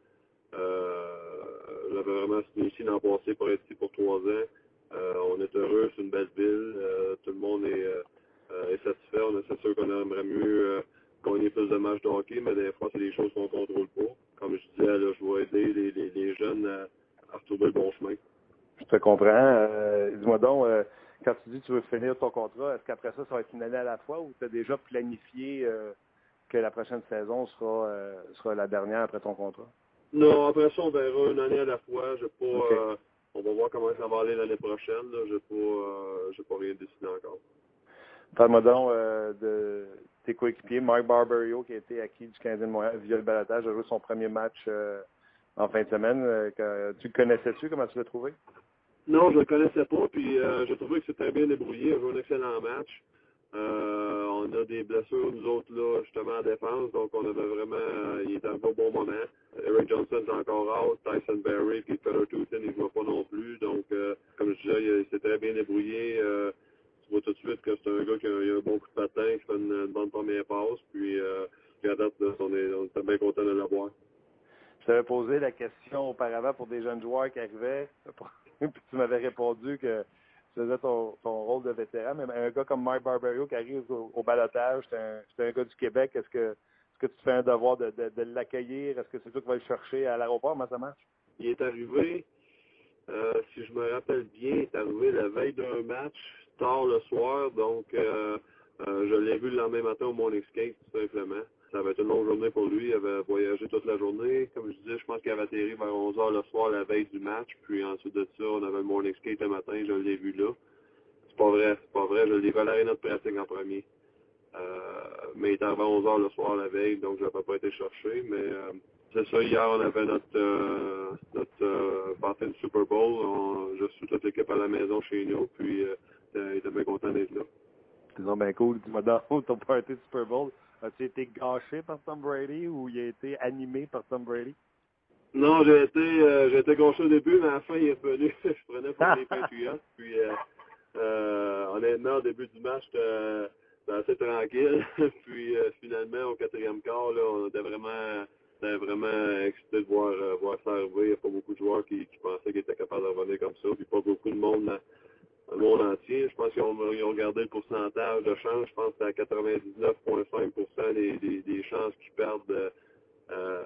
euh, j'avais vraiment signé ici l'an passé pour être ici pour trois ans. Euh, on est heureux, c'est une belle ville. Euh, tout le monde est, euh, est satisfait. On est c'est sûr qu'on aimerait mieux euh, gagner plus de matchs de hockey, mais des fois c'est des choses qu'on contrôle pas. Comme je disais, là, je vais aider les, les, les jeunes à à retrouver le bon chemin. Je te comprends. Euh, dis-moi donc, euh, quand tu dis que tu veux finir ton contrat, est-ce qu'après ça, ça va être une année à la fois ou tu as déjà planifié euh, que la prochaine saison sera, euh, sera la dernière après ton contrat? Non, après ça, on verra une année à la fois. J'ai pas, Okay. euh, on va voir comment ça va aller l'année prochaine. J'ai pas, euh, j'ai pas rien décidé encore. Parle-moi donc euh, de tes coéquipiers. Mark Barberio, qui a été acquis du Canadien de Montréal via le balotage, a joué son premier match euh, en fin de semaine. Euh, que, tu le connaissais-tu? Comment tu l'as trouvé? Non, je le connaissais pas, puis euh, j'ai trouvé que c'était bien débrouillé. Il a joué un excellent match. Euh, on a des blessures, nous autres, là, justement, en défense, donc on avait vraiment, euh, il était arrivé au bon moment. Eric Johnson est encore out, Tyson Barrie, puis Peter Tutin, il ne joue pas non plus, donc, euh, comme je disais, il s'est très bien débrouillé. Euh, tu vois tout de suite que c'est un gars qui a, il a un bon coup de patin, qui fait une, une bonne première passe, puis, euh, puis à date, là, on, est, on était bien content de l'avoir. Je t'avais posé la question auparavant pour des jeunes joueurs qui arrivaient, puis tu m'avais répondu que tu faisais ton, ton rôle de vétéran, mais un gars comme Mark Barberio qui arrive au, au balotage, c'est un, c'est un gars du Québec, est-ce que est-ce que tu fais un devoir de, de, de l'accueillir? Est-ce que c'est toi qui vas le chercher à l'aéroport? Comment ça marche? Il est arrivé, euh, si je me rappelle bien, il est arrivé la veille d'un match, tard le soir, donc euh, euh, je l'ai vu le lendemain matin au morning skate, tout simplement. Ça avait été une longue journée pour lui, il avait voyagé toute la journée. Comme je disais, je pense qu'il avait atterri vers onze heures le soir la veille du match, puis ensuite de ça, on avait le morning skate le matin, je l'ai vu là. C'est pas vrai, c'est pas vrai, je l'ai vu à l'aréna de pratique en premier. Euh, mais il est arrivé à onze heures le soir la veille, donc je n'avais pas été chercher, mais euh, c'est ça, hier on avait notre euh, notre euh, party de Super Bowl, on, je suis toute l'équipe à la maison chez nous, puis euh, il était bien content d'être là. C'est donc bien cool. Dis-moi donc, ton party de Super Bowl, as-tu été gâché par Tom Brady ou il a été animé par Tom Brady? Non, j'ai été euh, j'ai été gaucher au début, mais à la fin il est revenu, je prenais pour les Patriots, puis euh, euh, honnêtement au début du match j'étais c'était assez tranquille, puis euh, finalement au quatrième quart là, on était vraiment était vraiment excité de voir euh, voir ça arriver. Il n'y a pas beaucoup de joueurs qui, qui pensaient qu'ils étaient capables de revenir comme ça, puis pas beaucoup de monde dans le monde entier. Je pense qu'ils ont, ils ont regardé le pourcentage de chances, je pense que c'était à quatre-vingt-dix-neuf virgule cinq pour cent des, des, des chances qu'ils perdent euh,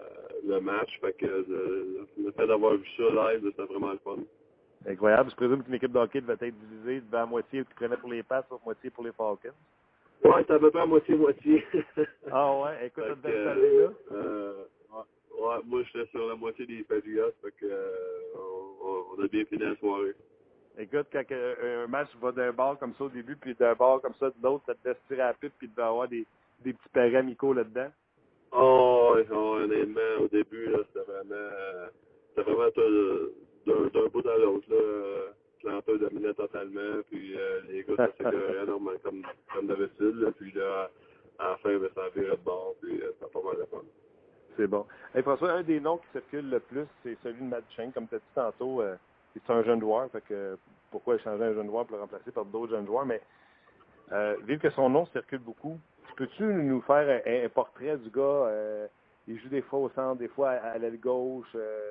le match. Fait que euh, le fait d'avoir vu ça live, c'était vraiment le fun. Incroyable. Je présume qu'une équipe de hockey devait être divisée devant à moitié qui prenait pour les Pats, à moitié pour les Falcons. Ouais, c'était à peu près à moitié-moitié. Ah ouais? Écoute, fait ça que, devait aller là. Euh, ouais, ouais, moi, j'étais sur la moitié des Patriots. Fait que, euh, on, on a bien fini la soirée. Écoute, quand un match va d'un bord comme ça au début, puis d'un bord comme ça de l'autre, ça te laisse tirer à la pipe, puis il devait avoir des, des petits paris amicaux là-dedans. Oh, oh, honnêtement, au début, là, c'était vraiment, euh, c'était vraiment d'un, d'un bout à l'autre, là. Atlanta dominait totalement, puis euh, les gars, ça s'écœurait normalement comme, comme d'habitude, là. Puis là, à la fin, ben, ça virait de bord, puis euh, c'était pas mal de fun. C'est bon. Hey, François, un des noms qui circule le plus, c'est celui de Matt Duchene. Comme tu as dit tantôt, euh, c'est un jeune joueur, fait que pourquoi échanger un jeune joueur pour le remplacer par d'autres jeunes joueurs, mais euh, vu que son nom circule beaucoup, peux-tu nous faire un, un portrait du gars? Euh, il joue des fois au centre, des fois à, à l'aile gauche. Euh,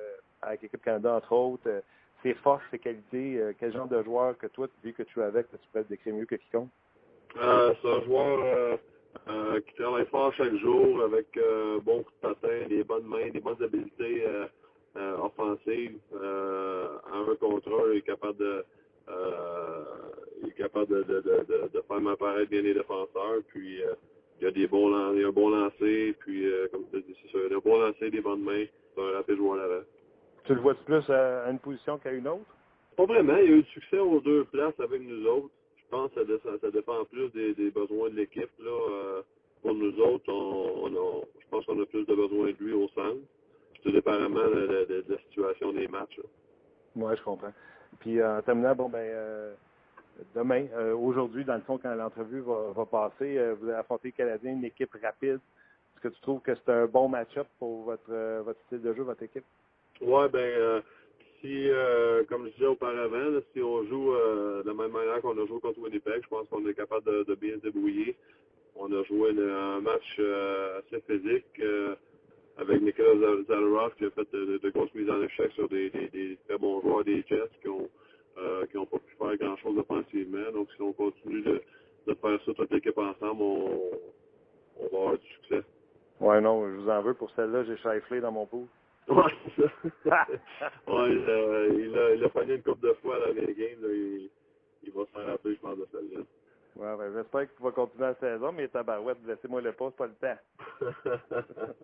avec l'équipe Canada, entre autres, euh, ses forces, ses qualités, euh, quel genre de joueur que toi, vu que tu es avec, que tu peux le décrire mieux que quiconque? Euh, c'est un joueur euh, euh, qui travaille fort chaque jour avec euh, bon coup de patin, des bonnes mains, des bonnes habiletés euh, euh, offensives. Euh, en un contre un, il est capable de euh, il est capable de, de, de, de, de faire apparaître bien les défenseurs. Puis euh, il y a des bons lan- il y a un bon lancer, puis euh, comme tu as dit, c'est ça, il y a un bon lancer, des bonnes mains, c'est un rapide joueur à l'avant. Tu le vois-tu plus à, à une position qu'à une autre? Pas vraiment, il y a eu du succès aux deux places avec nous autres. Je pense que ça, ça, ça dépend plus des, des besoins de l'équipe. Là. Euh, pour nous autres, on, on a, je pense qu'on a plus de besoin de lui au centre. Tout dépendamment de, de, de, de la situation des matchs. Oui, je comprends. Puis en terminant, bon ben euh, demain, euh, aujourd'hui, dans le fond, quand l'entrevue va, va passer, euh, vous allez affronter le Canadien, une équipe rapide. Est-ce que tu trouves que c'est un bon match-up pour votre, euh, votre style de jeu, votre équipe? Oui, ben euh, si, euh, comme je disais auparavant, là, si on joue euh, de la même manière qu'on a joué contre Winnipeg, je pense qu'on est capable de, de bien se débrouiller. On a joué une, un match euh, assez physique euh, avec Nicolas Zalorov qui a fait de, de, de grosses mises en échec sur des, des, des très bons joueurs des Jets qui ont euh, qui n'ont pas pu faire grand-chose offensivement. Donc, si on continue de, de faire ça toute l'équipe ensemble, on, on va avoir du succès. Ouais, non, je vous en veux pour celle-là. J'ai chifflé dans mon pool. Ouais, c'est ça. ouais, euh, il a, il a pogné une couple de fois dans les games. Là, il, il va s'en rappeler, je pense, de celle-là. Ouais, ben, j'espère que tu vas continuer la saison, mais tabarouette, laissez-moi le pas, c'est pas le temps.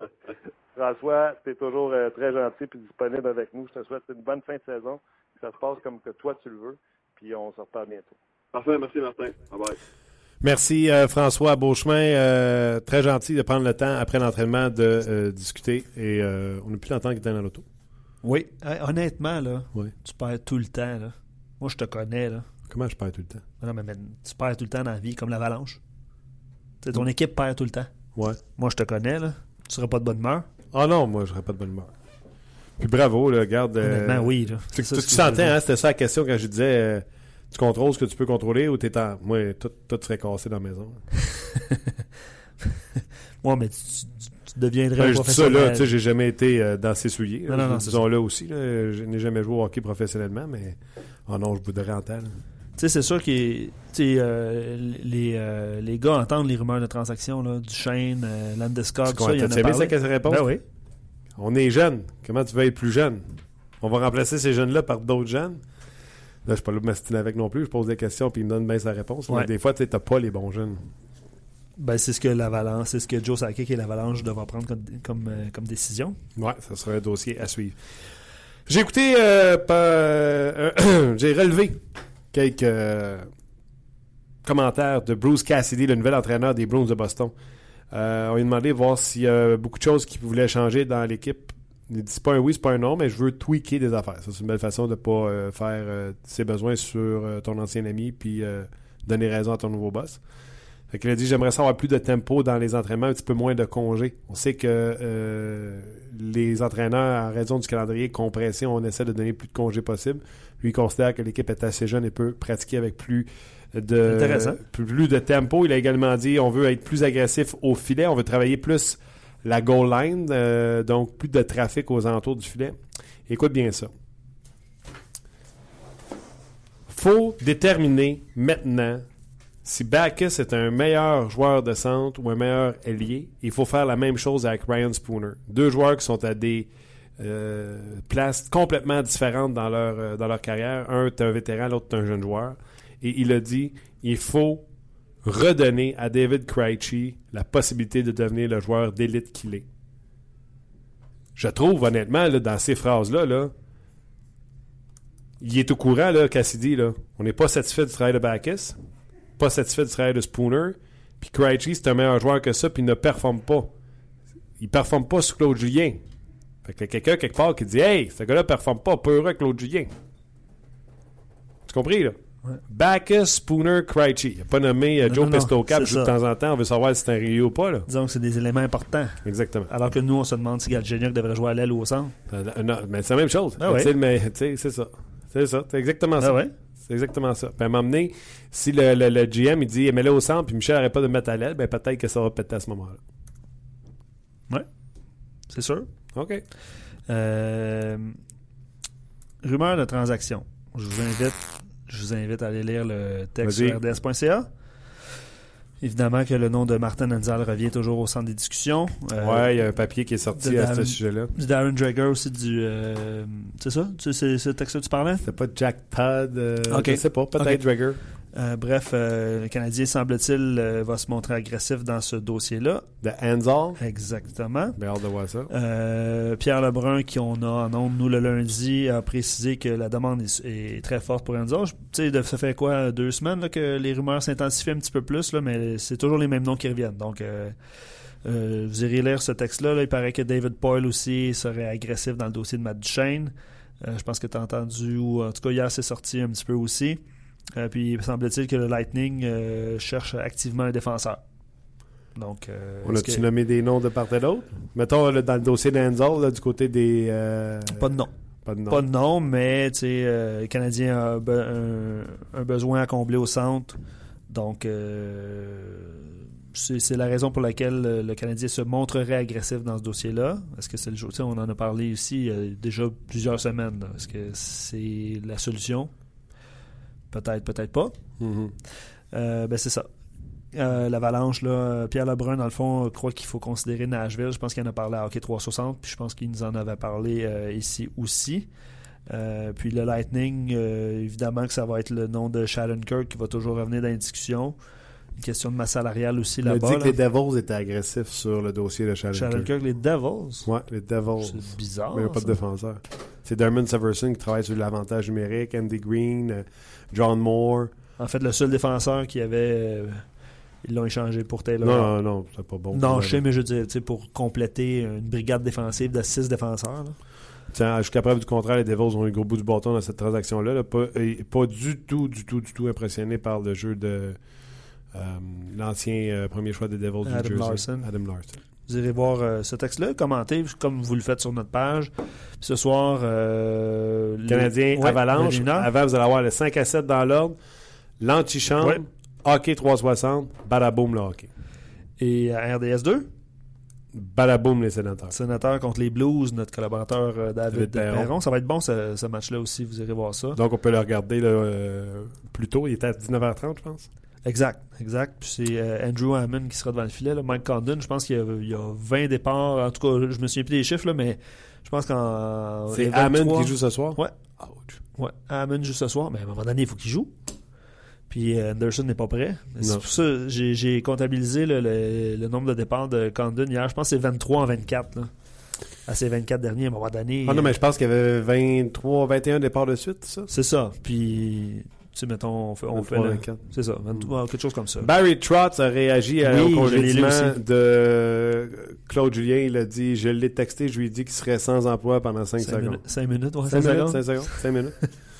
François, tu es toujours euh, très gentil et disponible avec nous. Je te souhaite une bonne fin de saison. Que ça se passe comme que toi tu le veux. Puis on se reparle bientôt. Parfait, merci Martin. Bye bye. Merci euh, François Beauchemin. Euh, très gentil de prendre le temps après l'entraînement de euh, discuter. Et euh, on n'a plus longtemps qu'il était dans l'auto. Oui, honnêtement, là, oui. tu perds tout le temps. Là. Moi, je te connais. Là. Comment je perds tout le temps? Non, mais, mais tu perds tout le temps dans la vie, comme l'Avalanche. T'sais, ton mmh. équipe perd tout le temps. Ouais. Moi, je te connais. Là. Tu seras pas de bonne humeur. Ah non, moi, je serais pas de bonne humeur. Puis bravo, là, regarde. Honnêtement, euh, oui. Là. Tu, tu, tu sentais, hein, c'était ça la question quand je disais euh, tu contrôles ce que tu peux contrôler ou t'es en. Moi, tout, tout serait cassé dans la maison. Moi, mais tu, tu, tu deviendrais ben, un je dis ça, professionnel. là, tu sais, j'ai jamais été euh, dans ses souliers. Non, non, non, disons-le aussi. Là, je n'ai jamais joué au hockey professionnellement, mais. Oh non, je voudrais en temps. Tu sais, c'est sûr que euh, les, euh, les gars entendent les rumeurs de transactions, là, Duchesne, euh, Landeskog, tout ça. T'as aimé ça qu'elle réponse? Ben oui. On est jeunes. Comment tu veux être plus jeune? On va remplacer ces jeunes-là par d'autres jeunes. Là, je ne suis pas là de m'astiner avec non plus. Je pose des questions puis il me donne bien sa réponse. Ouais. Mais des fois, tu n'as pas les bons jeunes. Ben, c'est ce que l'Avalanche, c'est ce que Joe Sakic et l'Avalanche devra prendre comme, comme, euh, comme décision. Oui, ça sera un dossier à suivre. J'ai écouté, euh, par, euh, j'ai relevé quelques euh, commentaires de Bruce Cassidy, le nouvel entraîneur des Bruins de Boston. Euh, on lui a demandé de voir s'il y a beaucoup de choses qui voulaient changer dans l'équipe. Il dit c'est pas un oui, c'est pas un non, mais je veux tweaker des affaires. Ça, c'est une belle façon de ne pas euh, faire euh, ses besoins sur euh, ton ancien ami puis euh, donner raison à ton nouveau boss. Fait qu'il a dit j'aimerais ça avoir plus de tempo dans les entraînements, un petit peu moins de congés. On sait que euh, les entraîneurs, en raison du calendrier compressé, on essaie de donner plus de congés possible. Lui, il considère que l'équipe est assez jeune et peut pratiquer avec plus de plus de tempo. Il a également dit on veut être plus agressif au filet, on veut travailler plus la goal line, euh, donc plus de trafic aux alentours du filet. Écoute bien ça. Faut déterminer maintenant si Backes est un meilleur joueur de centre ou un meilleur ailier. Il faut faire la même chose avec Ryan Spooner. Deux joueurs qui sont à des euh, places complètement différentes dans leur, euh, dans leur carrière. Un est un vétéran, l'autre est un jeune joueur. Et il a dit, il faut redonner à David Krejci la possibilité de devenir le joueur d'élite qu'il est. Je trouve, honnêtement, là, dans ces phrases-là, là, il est au courant, là, Cassidy, là. On n'est pas satisfait du travail de Backes, pas satisfait du travail de Spooner, puis Krejci, c'est un meilleur joueur que ça, puis il ne performe pas. Il ne performe pas sur Claude Julien. Fait qu'il y a quelqu'un quelque part qui dit « Hey, ce gars-là ne performe pas, peu heureux Claude Julien. » Tu compris, là? Ouais. Backes, Spooner, Krejci. Il n'a pas nommé euh, non, Joe Pistocap de temps en temps. On veut savoir si c'est un Rio ou pas. Là. Disons que c'est des éléments importants. Exactement. Alors que nous, on se demande si Galchenyuk devrait jouer à l'aile ou au centre. Euh, non, mais c'est la même chose. Ah ouais. Mais c'est ça. C'est ça. C'est exactement ça. Ah ouais. C'est exactement ça. Puis à m'emmener, si le, le, le G M il dit mets-le au centre, puis Michel n'arrête pas de me mettre à l'aile, ben peut-être que ça va péter à ce moment-là. Oui. C'est sûr. OK. Euh, rumeur de transaction. Je vous invite, je vous invite à aller lire le texte Vas-y. sur R D S point C A. Évidemment que le nom de Martin Hanzal revient toujours au centre des discussions. Euh, ouais, il y a un papier qui est sorti de à Darren- ce sujet-là. Du Darren Dreger aussi, du... euh, c'est ça? C'est, c'est ce texte que tu parlais? C'était pas Jack Todd. Euh, Ok. Je sais pas, peut-être Ok. Drager. Euh, bref, euh, le Canadien, semble-t-il, euh, va se montrer agressif dans ce dossier-là. De Hanzal. Exactement. Bien hâte de voir ça. Euh, Pierre Lebrun, qui on a en ondes, nous, le lundi, a précisé que la demande est, est très forte pour Hanzal. Tu sais, ça fait quoi, deux semaines là, que les rumeurs s'intensifient un petit peu plus, là, mais c'est toujours les mêmes noms qui reviennent. Donc, euh, euh, vous irez lire ce texte-là. Là. Il paraît que David Poyle aussi serait agressif dans le dossier de Matt Duchesne. Euh, je pense que tu as entendu, ou en tout cas, hier, c'est sorti un petit peu aussi. Euh, puis, il semble-t-il que le Lightning euh, cherche activement un défenseur. Donc, euh, On est-ce a-tu que- nommé des noms de part et d'autre? Mettons, là, dans le dossier d'Hanzal, là, du côté des... euh, Pas de nom. Pas de nom. Pas de nom, mais tu sais, euh, le Canadien a un, be- un- un besoin à combler au centre. Donc, euh, c'est, c'est la raison pour laquelle euh, le Canadien se montrerait agressif dans ce dossier-là. Est-ce que c'est le jour? Tu sais, on en a parlé ici il y a déjà plusieurs semaines. là. Est-ce que c'est la solution? Peut-être, peut-être pas. Mhm. Euh, ben, c'est ça. Euh, L'Avalanche, là, Pierre Lebrun, dans le fond, croit qu'il faut considérer Nashville. Je pense qu'il en a parlé à Hockey trois cent soixante, puis je pense qu'il nous en avait parlé euh, ici aussi. Euh, puis le Lightning, euh, évidemment que ça va être le nom de Shattenkirk qui va toujours revenir dans les discussions. Une question de masse salariale aussi Il a là-bas. dit que là. les Devils étaient agressifs sur le dossier de Shattenkirk. Shattenkirk, les Devils. Ouais, les Devils. C'est bizarre. Mais il n'y a pas de ça. défenseur. C'est Dermot Severson qui travaille sur l'avantage numérique, Andy Green, euh, John Moore. En fait, le seul défenseur qui avait... euh, ils l'ont échangé pour Taylor. Non, non, non, c'est pas bon. Non, Ouais. je sais, mais je veux dire, tu sais, pour compléter une brigade défensive de six défenseurs. Là. Tiens, jusqu'à preuve du contraire, les Devils ont eu le gros bout du bâton dans cette transaction-là. là. Pas, et pas du tout, du tout, du tout impressionné par le jeu de euh, l'ancien euh, premier choix des Devils du Adam Jersey. Larson. Adam Larson. Vous irez voir euh, ce texte-là, commentez comme vous le faites sur notre page. Puis ce soir, euh, le- Canadien ouais, Avalanche. le Luna. Avant, vous allez avoir le cinq à sept dans l'ordre. L'antichambre. Ouais. Hockey trois cent soixante. Badaboum le hockey. Et à R D S deux, Badaboum les sénateurs. sénateur contre les Blues, notre collaborateur euh, David, David Perron. Perron. Ça va être bon ce, ce match-là aussi, vous irez voir ça. Donc, on peut le regarder là, euh, plus tôt. Il était à dix-neuf heures trente, je pense. Exact, exact. Puis c'est euh, Andrew Hammond qui sera devant le filet. Là. Mike Condon, je pense qu'il y a, il y a vingt départs. En tout cas, je me souviens plus des chiffres, là, mais je pense qu'en... C'est il y a Hammond vingt-trois. qui joue ce soir? Ouais. Ouch. Ouais, Hammond joue ce soir, mais à un moment donné, il faut qu'il joue. Puis euh, Anderson n'est pas prêt. C'est Non. pour ça que j'ai, j'ai comptabilisé là, le, le nombre de départs de Condon hier. Je pense que c'est vingt-trois en vingt-quatre. Là. À ces vingt-quatre derniers, à un moment donné. Ah non, mais je pense qu'il y avait vingt-trois, vingt et un départs de suite, ça? C'est ça. Puis, tu sais, mettons, on fait, on fait vingt-trois, le- vingt-quatre. c'est ça, vingt-trois, quelque chose comme ça. Barry Trotz a réagi à- Oui, au je l'ai lu congédiement aussi. de Claude Julien. Il a dit, je l'ai texté, je lui ai dit qu'il serait sans emploi pendant cinq Cinq secondes. minutes, cinq minutes, ouais, cinq cinq minutes, secondes. cinq secondes, cinq minutes.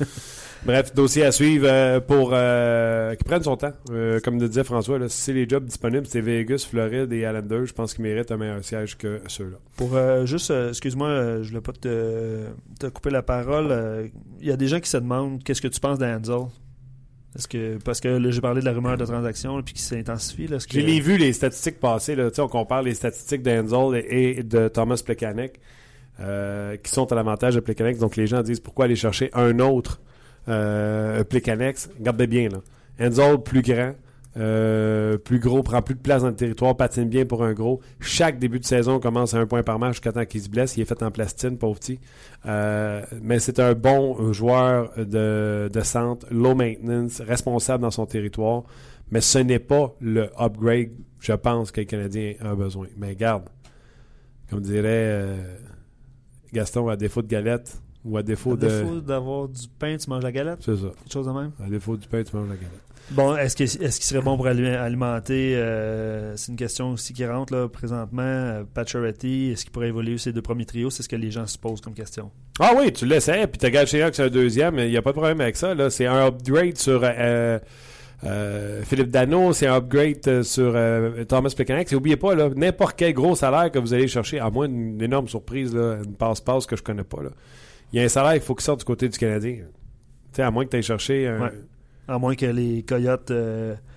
Bref, dossier à suivre euh, pour euh, qu'ils prennent son temps. Euh, comme le disait François, là, si c'est les jobs disponibles, c'est Vegas, Floride et Islanders. Je pense qu'ils méritent un meilleur siège que ceux-là. Pour euh, juste, euh, excuse-moi, euh, je voulais pas te, te couper la parole. euh, Il y a des gens qui se demandent qu'est-ce que tu penses d'Hanzal. Est-ce que parce que là, j'ai parlé de la rumeur de transaction là, puis qui s'intensifie. Là, est-ce que... J'ai les vu les statistiques passer. Là. Tu sais, on compare les statistiques d'Hanzal et, et de Thomas Plekanec euh, qui sont à l'avantage de Plekanec. Donc les gens disent pourquoi aller chercher un autre euh, Plekanec. Regardez bien. là. Hanzal plus grand. Euh, plus gros, prend plus de place dans le territoire, patine bien pour un gros. Chaque début de saison commence à un point par match jusqu'à temps qu'il se blesse. Il est fait en plastine, pauvre petit. Euh, mais c'est un bon joueur de, de centre, low maintenance, responsable dans son territoire. Mais ce n'est pas le upgrade, je pense, que le Canadien a besoin. Mais garde, comme dirait euh, Gaston, à défaut de galette ou à défaut à de... défaut d'avoir du pain, tu manges la galette. C'est ça. Quelque chose de même. À défaut du pain, tu manges la galette. Bon, est-ce que est-ce qu'il serait bon pour ali- alimenter euh, c'est une question aussi qui rentre là présentement. euh, Pacioretty, est-ce qu'il pourrait évoluer ces deux premiers trios? C'est ce que les gens se posent comme question. Ah oui, tu l'essaies, puis t'as Galchenyuk, c'est un deuxième, il n'y a pas de problème avec ça. Là. C'est un upgrade sur euh, euh, Philippe Danault, c'est un upgrade sur euh, Thomas Plekanec. N'oubliez pas, là, n'importe quel gros salaire que vous allez chercher, à moins d'une énorme surprise, là, une passe-passe que je connais pas, là. Il y a un salaire qu'il faut qu'il sorte du côté du Canadien. Tu sais, à moins que tu ailles chercher un... Ouais. À moins que les Coyotes euh,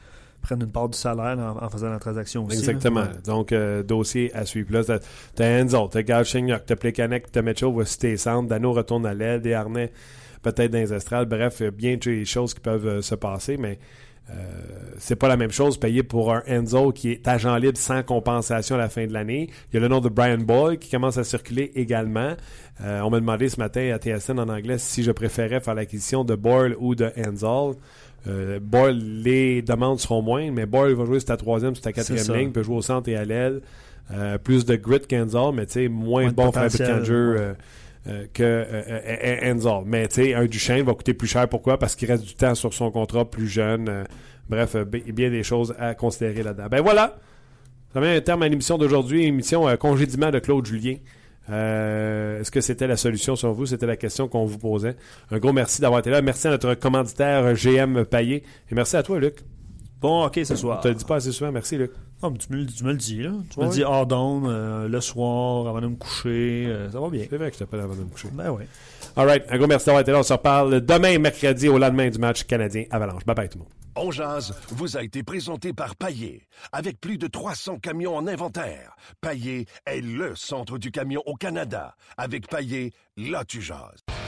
prennent une part du salaire en, en faisant la transaction aussi. Exactement. Là. Donc, euh, dossier à suivre. Là, t'as, t'as Enzo, t'as Galchenyuk, t'as Plekanec, t'as Mitchell, voici tes centres. Dano retourne à l'aile, des harnais peut-être dans les estrades. Bref, bien des choses qui peuvent euh, se passer, mais euh, c'est pas la même chose payer pour un Enzo qui est agent libre sans compensation à la fin de l'année. Il y a le nom de Brian Boyle qui commence à circuler également. Euh, on m'a demandé ce matin à T S N en anglais si je préférais faire l'acquisition de Boyle ou de Enzo. Euh, Boyle, les demandes seront moins, mais Boyle va jouer sur ta troisième, sur ta quatrième ligne, peut jouer au centre et à l'aile. Euh, plus de grit qu'Enzo, mais tu sais, moins, moins de bon fabricant de jeu. Euh, Euh, que euh, Enzo. Mais tu sais, un Duchesne va coûter plus cher. Pourquoi? Parce qu'il reste du temps sur son contrat, plus jeune. Euh, bref, euh, bien des choses à considérer là-dedans. Ben voilà! Ça met un terme à l'émission d'aujourd'hui. Émission euh, congédiement de Claude Julien. Euh, est-ce que c'était la solution selon vous? C'était la question qu'on vous posait. Un gros merci d'avoir été là. Merci à notre commanditaire G M Payet. Et merci à toi, Luc. Bon, ok, ce soir. Tu te le dis pas assez souvent. Merci, Luc. Oh, mais tu, me, tu me le dis, là. Tu ouais. me le dis hors d'onde, euh, le soir, avant de me coucher. Euh, ça va bien. C'est vrai que je t'appelle avant de me coucher. Ben oui. All right. Un gros merci d'avoir été là. On se reparle demain, mercredi, au lendemain du match canadien-Avalanche. Bye bye, tout le monde. On jase vous a été présenté par Payet. Avec plus de trois cents camions en inventaire, Payet est le centre du camion au Canada. Avec Payet, là tu jases.